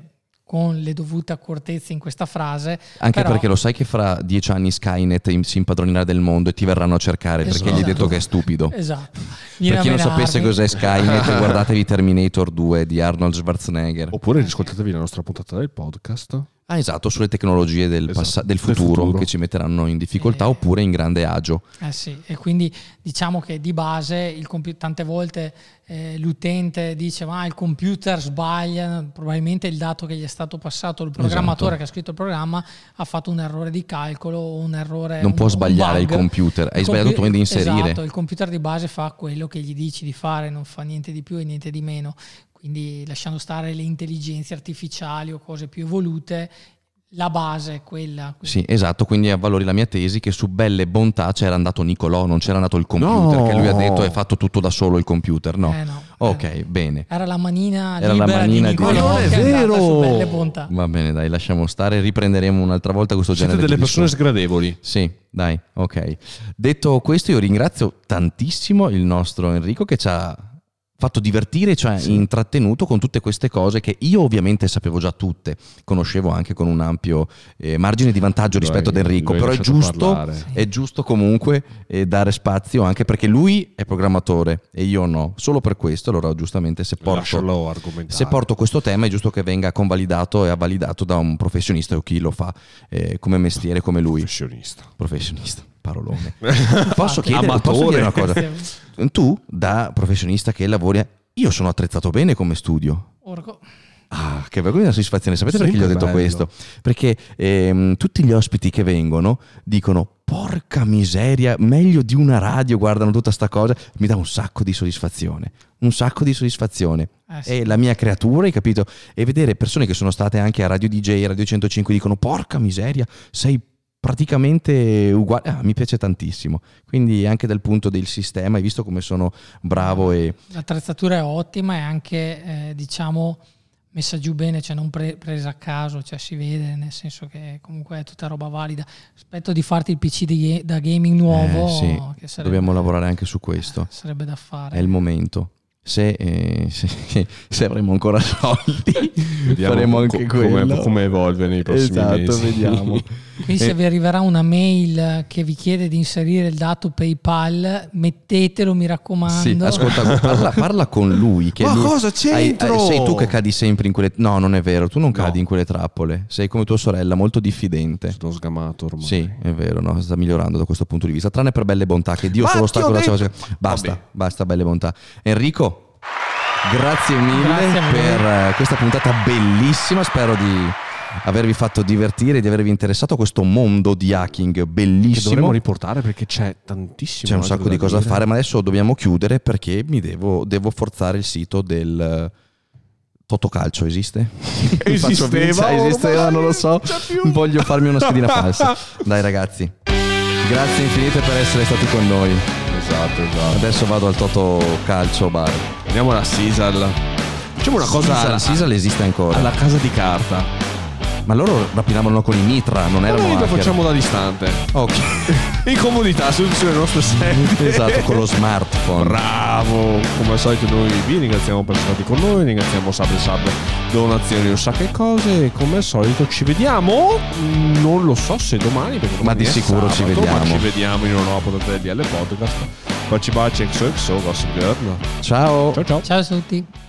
con le dovute accortezze in questa frase. Anche però, perché lo sai che fra 10 anni Skynet si impadronerà del mondo e ti verranno a cercare perché gli hai detto che è stupido. Esatto. Per chi non sapesse cos'è Skynet, guardatevi Terminator 2 di Arnold Schwarzenegger. Oppure riscoltatevi la nostra puntata del podcast. Ah, esatto, sulle tecnologie del futuro che ci metteranno in difficoltà oppure in grande agio. Sì, e quindi diciamo che di base tante volte l'utente dice ma il computer sbaglia, probabilmente il dato che gli è stato passato, il programmatore che ha scritto il programma ha fatto un errore di calcolo o un errore. Non può sbagliare il computer, hai sbagliato tu di inserire. Esatto, il computer di base fa quello che gli dici di fare, non fa niente di più e niente di meno. Quindi lasciando stare le intelligenze artificiali o cose più evolute, la base è quella. Sì, esatto, quindi avvalori la mia tesi che su Belle Bontà c'era andato Nicolò, non c'era andato il computer, che lui ha detto è fatto tutto da solo il computer, no? Ok, bene. Era la manina libera di Nicolò, non è che vero! è su Belle Bontà. Va bene, dai, lasciamo stare, riprenderemo un'altra volta questo Siete genere delle di persone discorso. sgradevoli. Sì, dai, ok. Detto questo, io ringrazio tantissimo il nostro Enrico che ci ha fatto divertire, cioè intrattenuto con tutte queste cose che io ovviamente sapevo già tutte, conoscevo anche con un ampio margine di vantaggio rispetto ad Enrico, però è giusto comunque dare spazio anche perché lui è programmatore e io no, solo per questo. Allora giustamente se porto questo tema è giusto che venga convalidato e avvalidato da un professionista o chi lo fa come mestiere come lui. Professionista. Parolone. Posso chiedere una cosa? Tu, da professionista che lavori, io sono attrezzato bene come studio. Orco. Ah, che vergogna, soddisfazione. Sapete perché gli ho detto questo? Perché tutti gli ospiti che vengono dicono porca miseria, meglio di una radio, guardano tutta sta cosa, mi dà un sacco di soddisfazione. È la mia creatura, hai capito? E vedere persone che sono state anche a Radio DJ, Radio 105 dicono porca miseria, sei praticamente uguale, mi piace tantissimo, quindi anche dal punto del sistema hai visto come sono bravo e l'attrezzatura è ottima e anche diciamo messa giù bene, cioè non presa a caso, cioè si vede, nel senso che comunque è tutta roba valida. Aspetto di farti il PC da gaming nuovo, che dobbiamo lavorare anche su questo, sarebbe da fare, è il momento. Se avremo ancora soldi faremo anche quello, come evolve nei prossimi mesi. Vediamo. Quindi se vi arriverà una mail che vi chiede di inserire il dato PayPal, mettetelo, mi raccomando. Sì, ascolta, parla con lui. Che cosa c'entro? Sei tu che cadi sempre in quelle. No, non è vero, tu non cadi in quelle trappole. Sei come tua sorella, molto diffidente. Sto sgamato ormai. Sì, è vero, no? Sta migliorando da questo punto di vista. Tranne per Belle Bontà, che Dio solo sta con la sua. Basta, Belle Bontà. Enrico, grazie mille per questa puntata bellissima. Spero di avervi fatto divertire, di avervi interessato a questo mondo di hacking bellissimo. Che dovremmo riportare perché c'è tantissimo. C'è un sacco di cose da fare, ma adesso dobbiamo chiudere perché devo forzare il sito del Totocalcio. Esiste? Esisteva, non lo so. Voglio farmi una schedina falsa. Dai ragazzi, grazie infinite per essere stati con noi. Esatto. Adesso vado al Totocalcio bar. Andiamo alla Sisal. Facciamo una cosa. Sisal esiste ancora. Alla casa di carta. Ma loro rapinavano con i mitra, non erano lo facciamo da distante. Ok. In comodità, sulle nostre sedie. Esatto, con lo smartphone. Bravo. Come al solito noi vi ringraziamo per essere stati con noi, ringraziamo Sabri Sab, donazioni, un sacco di cose. E come al solito ci vediamo, non lo so se domani, perché ma di sicuro sabato, ci vediamo. Ma ci vediamo in una nuova puntata del DL Podcast. Baci XOXO, Gossip Girl. Ciao. Ciao a tutti.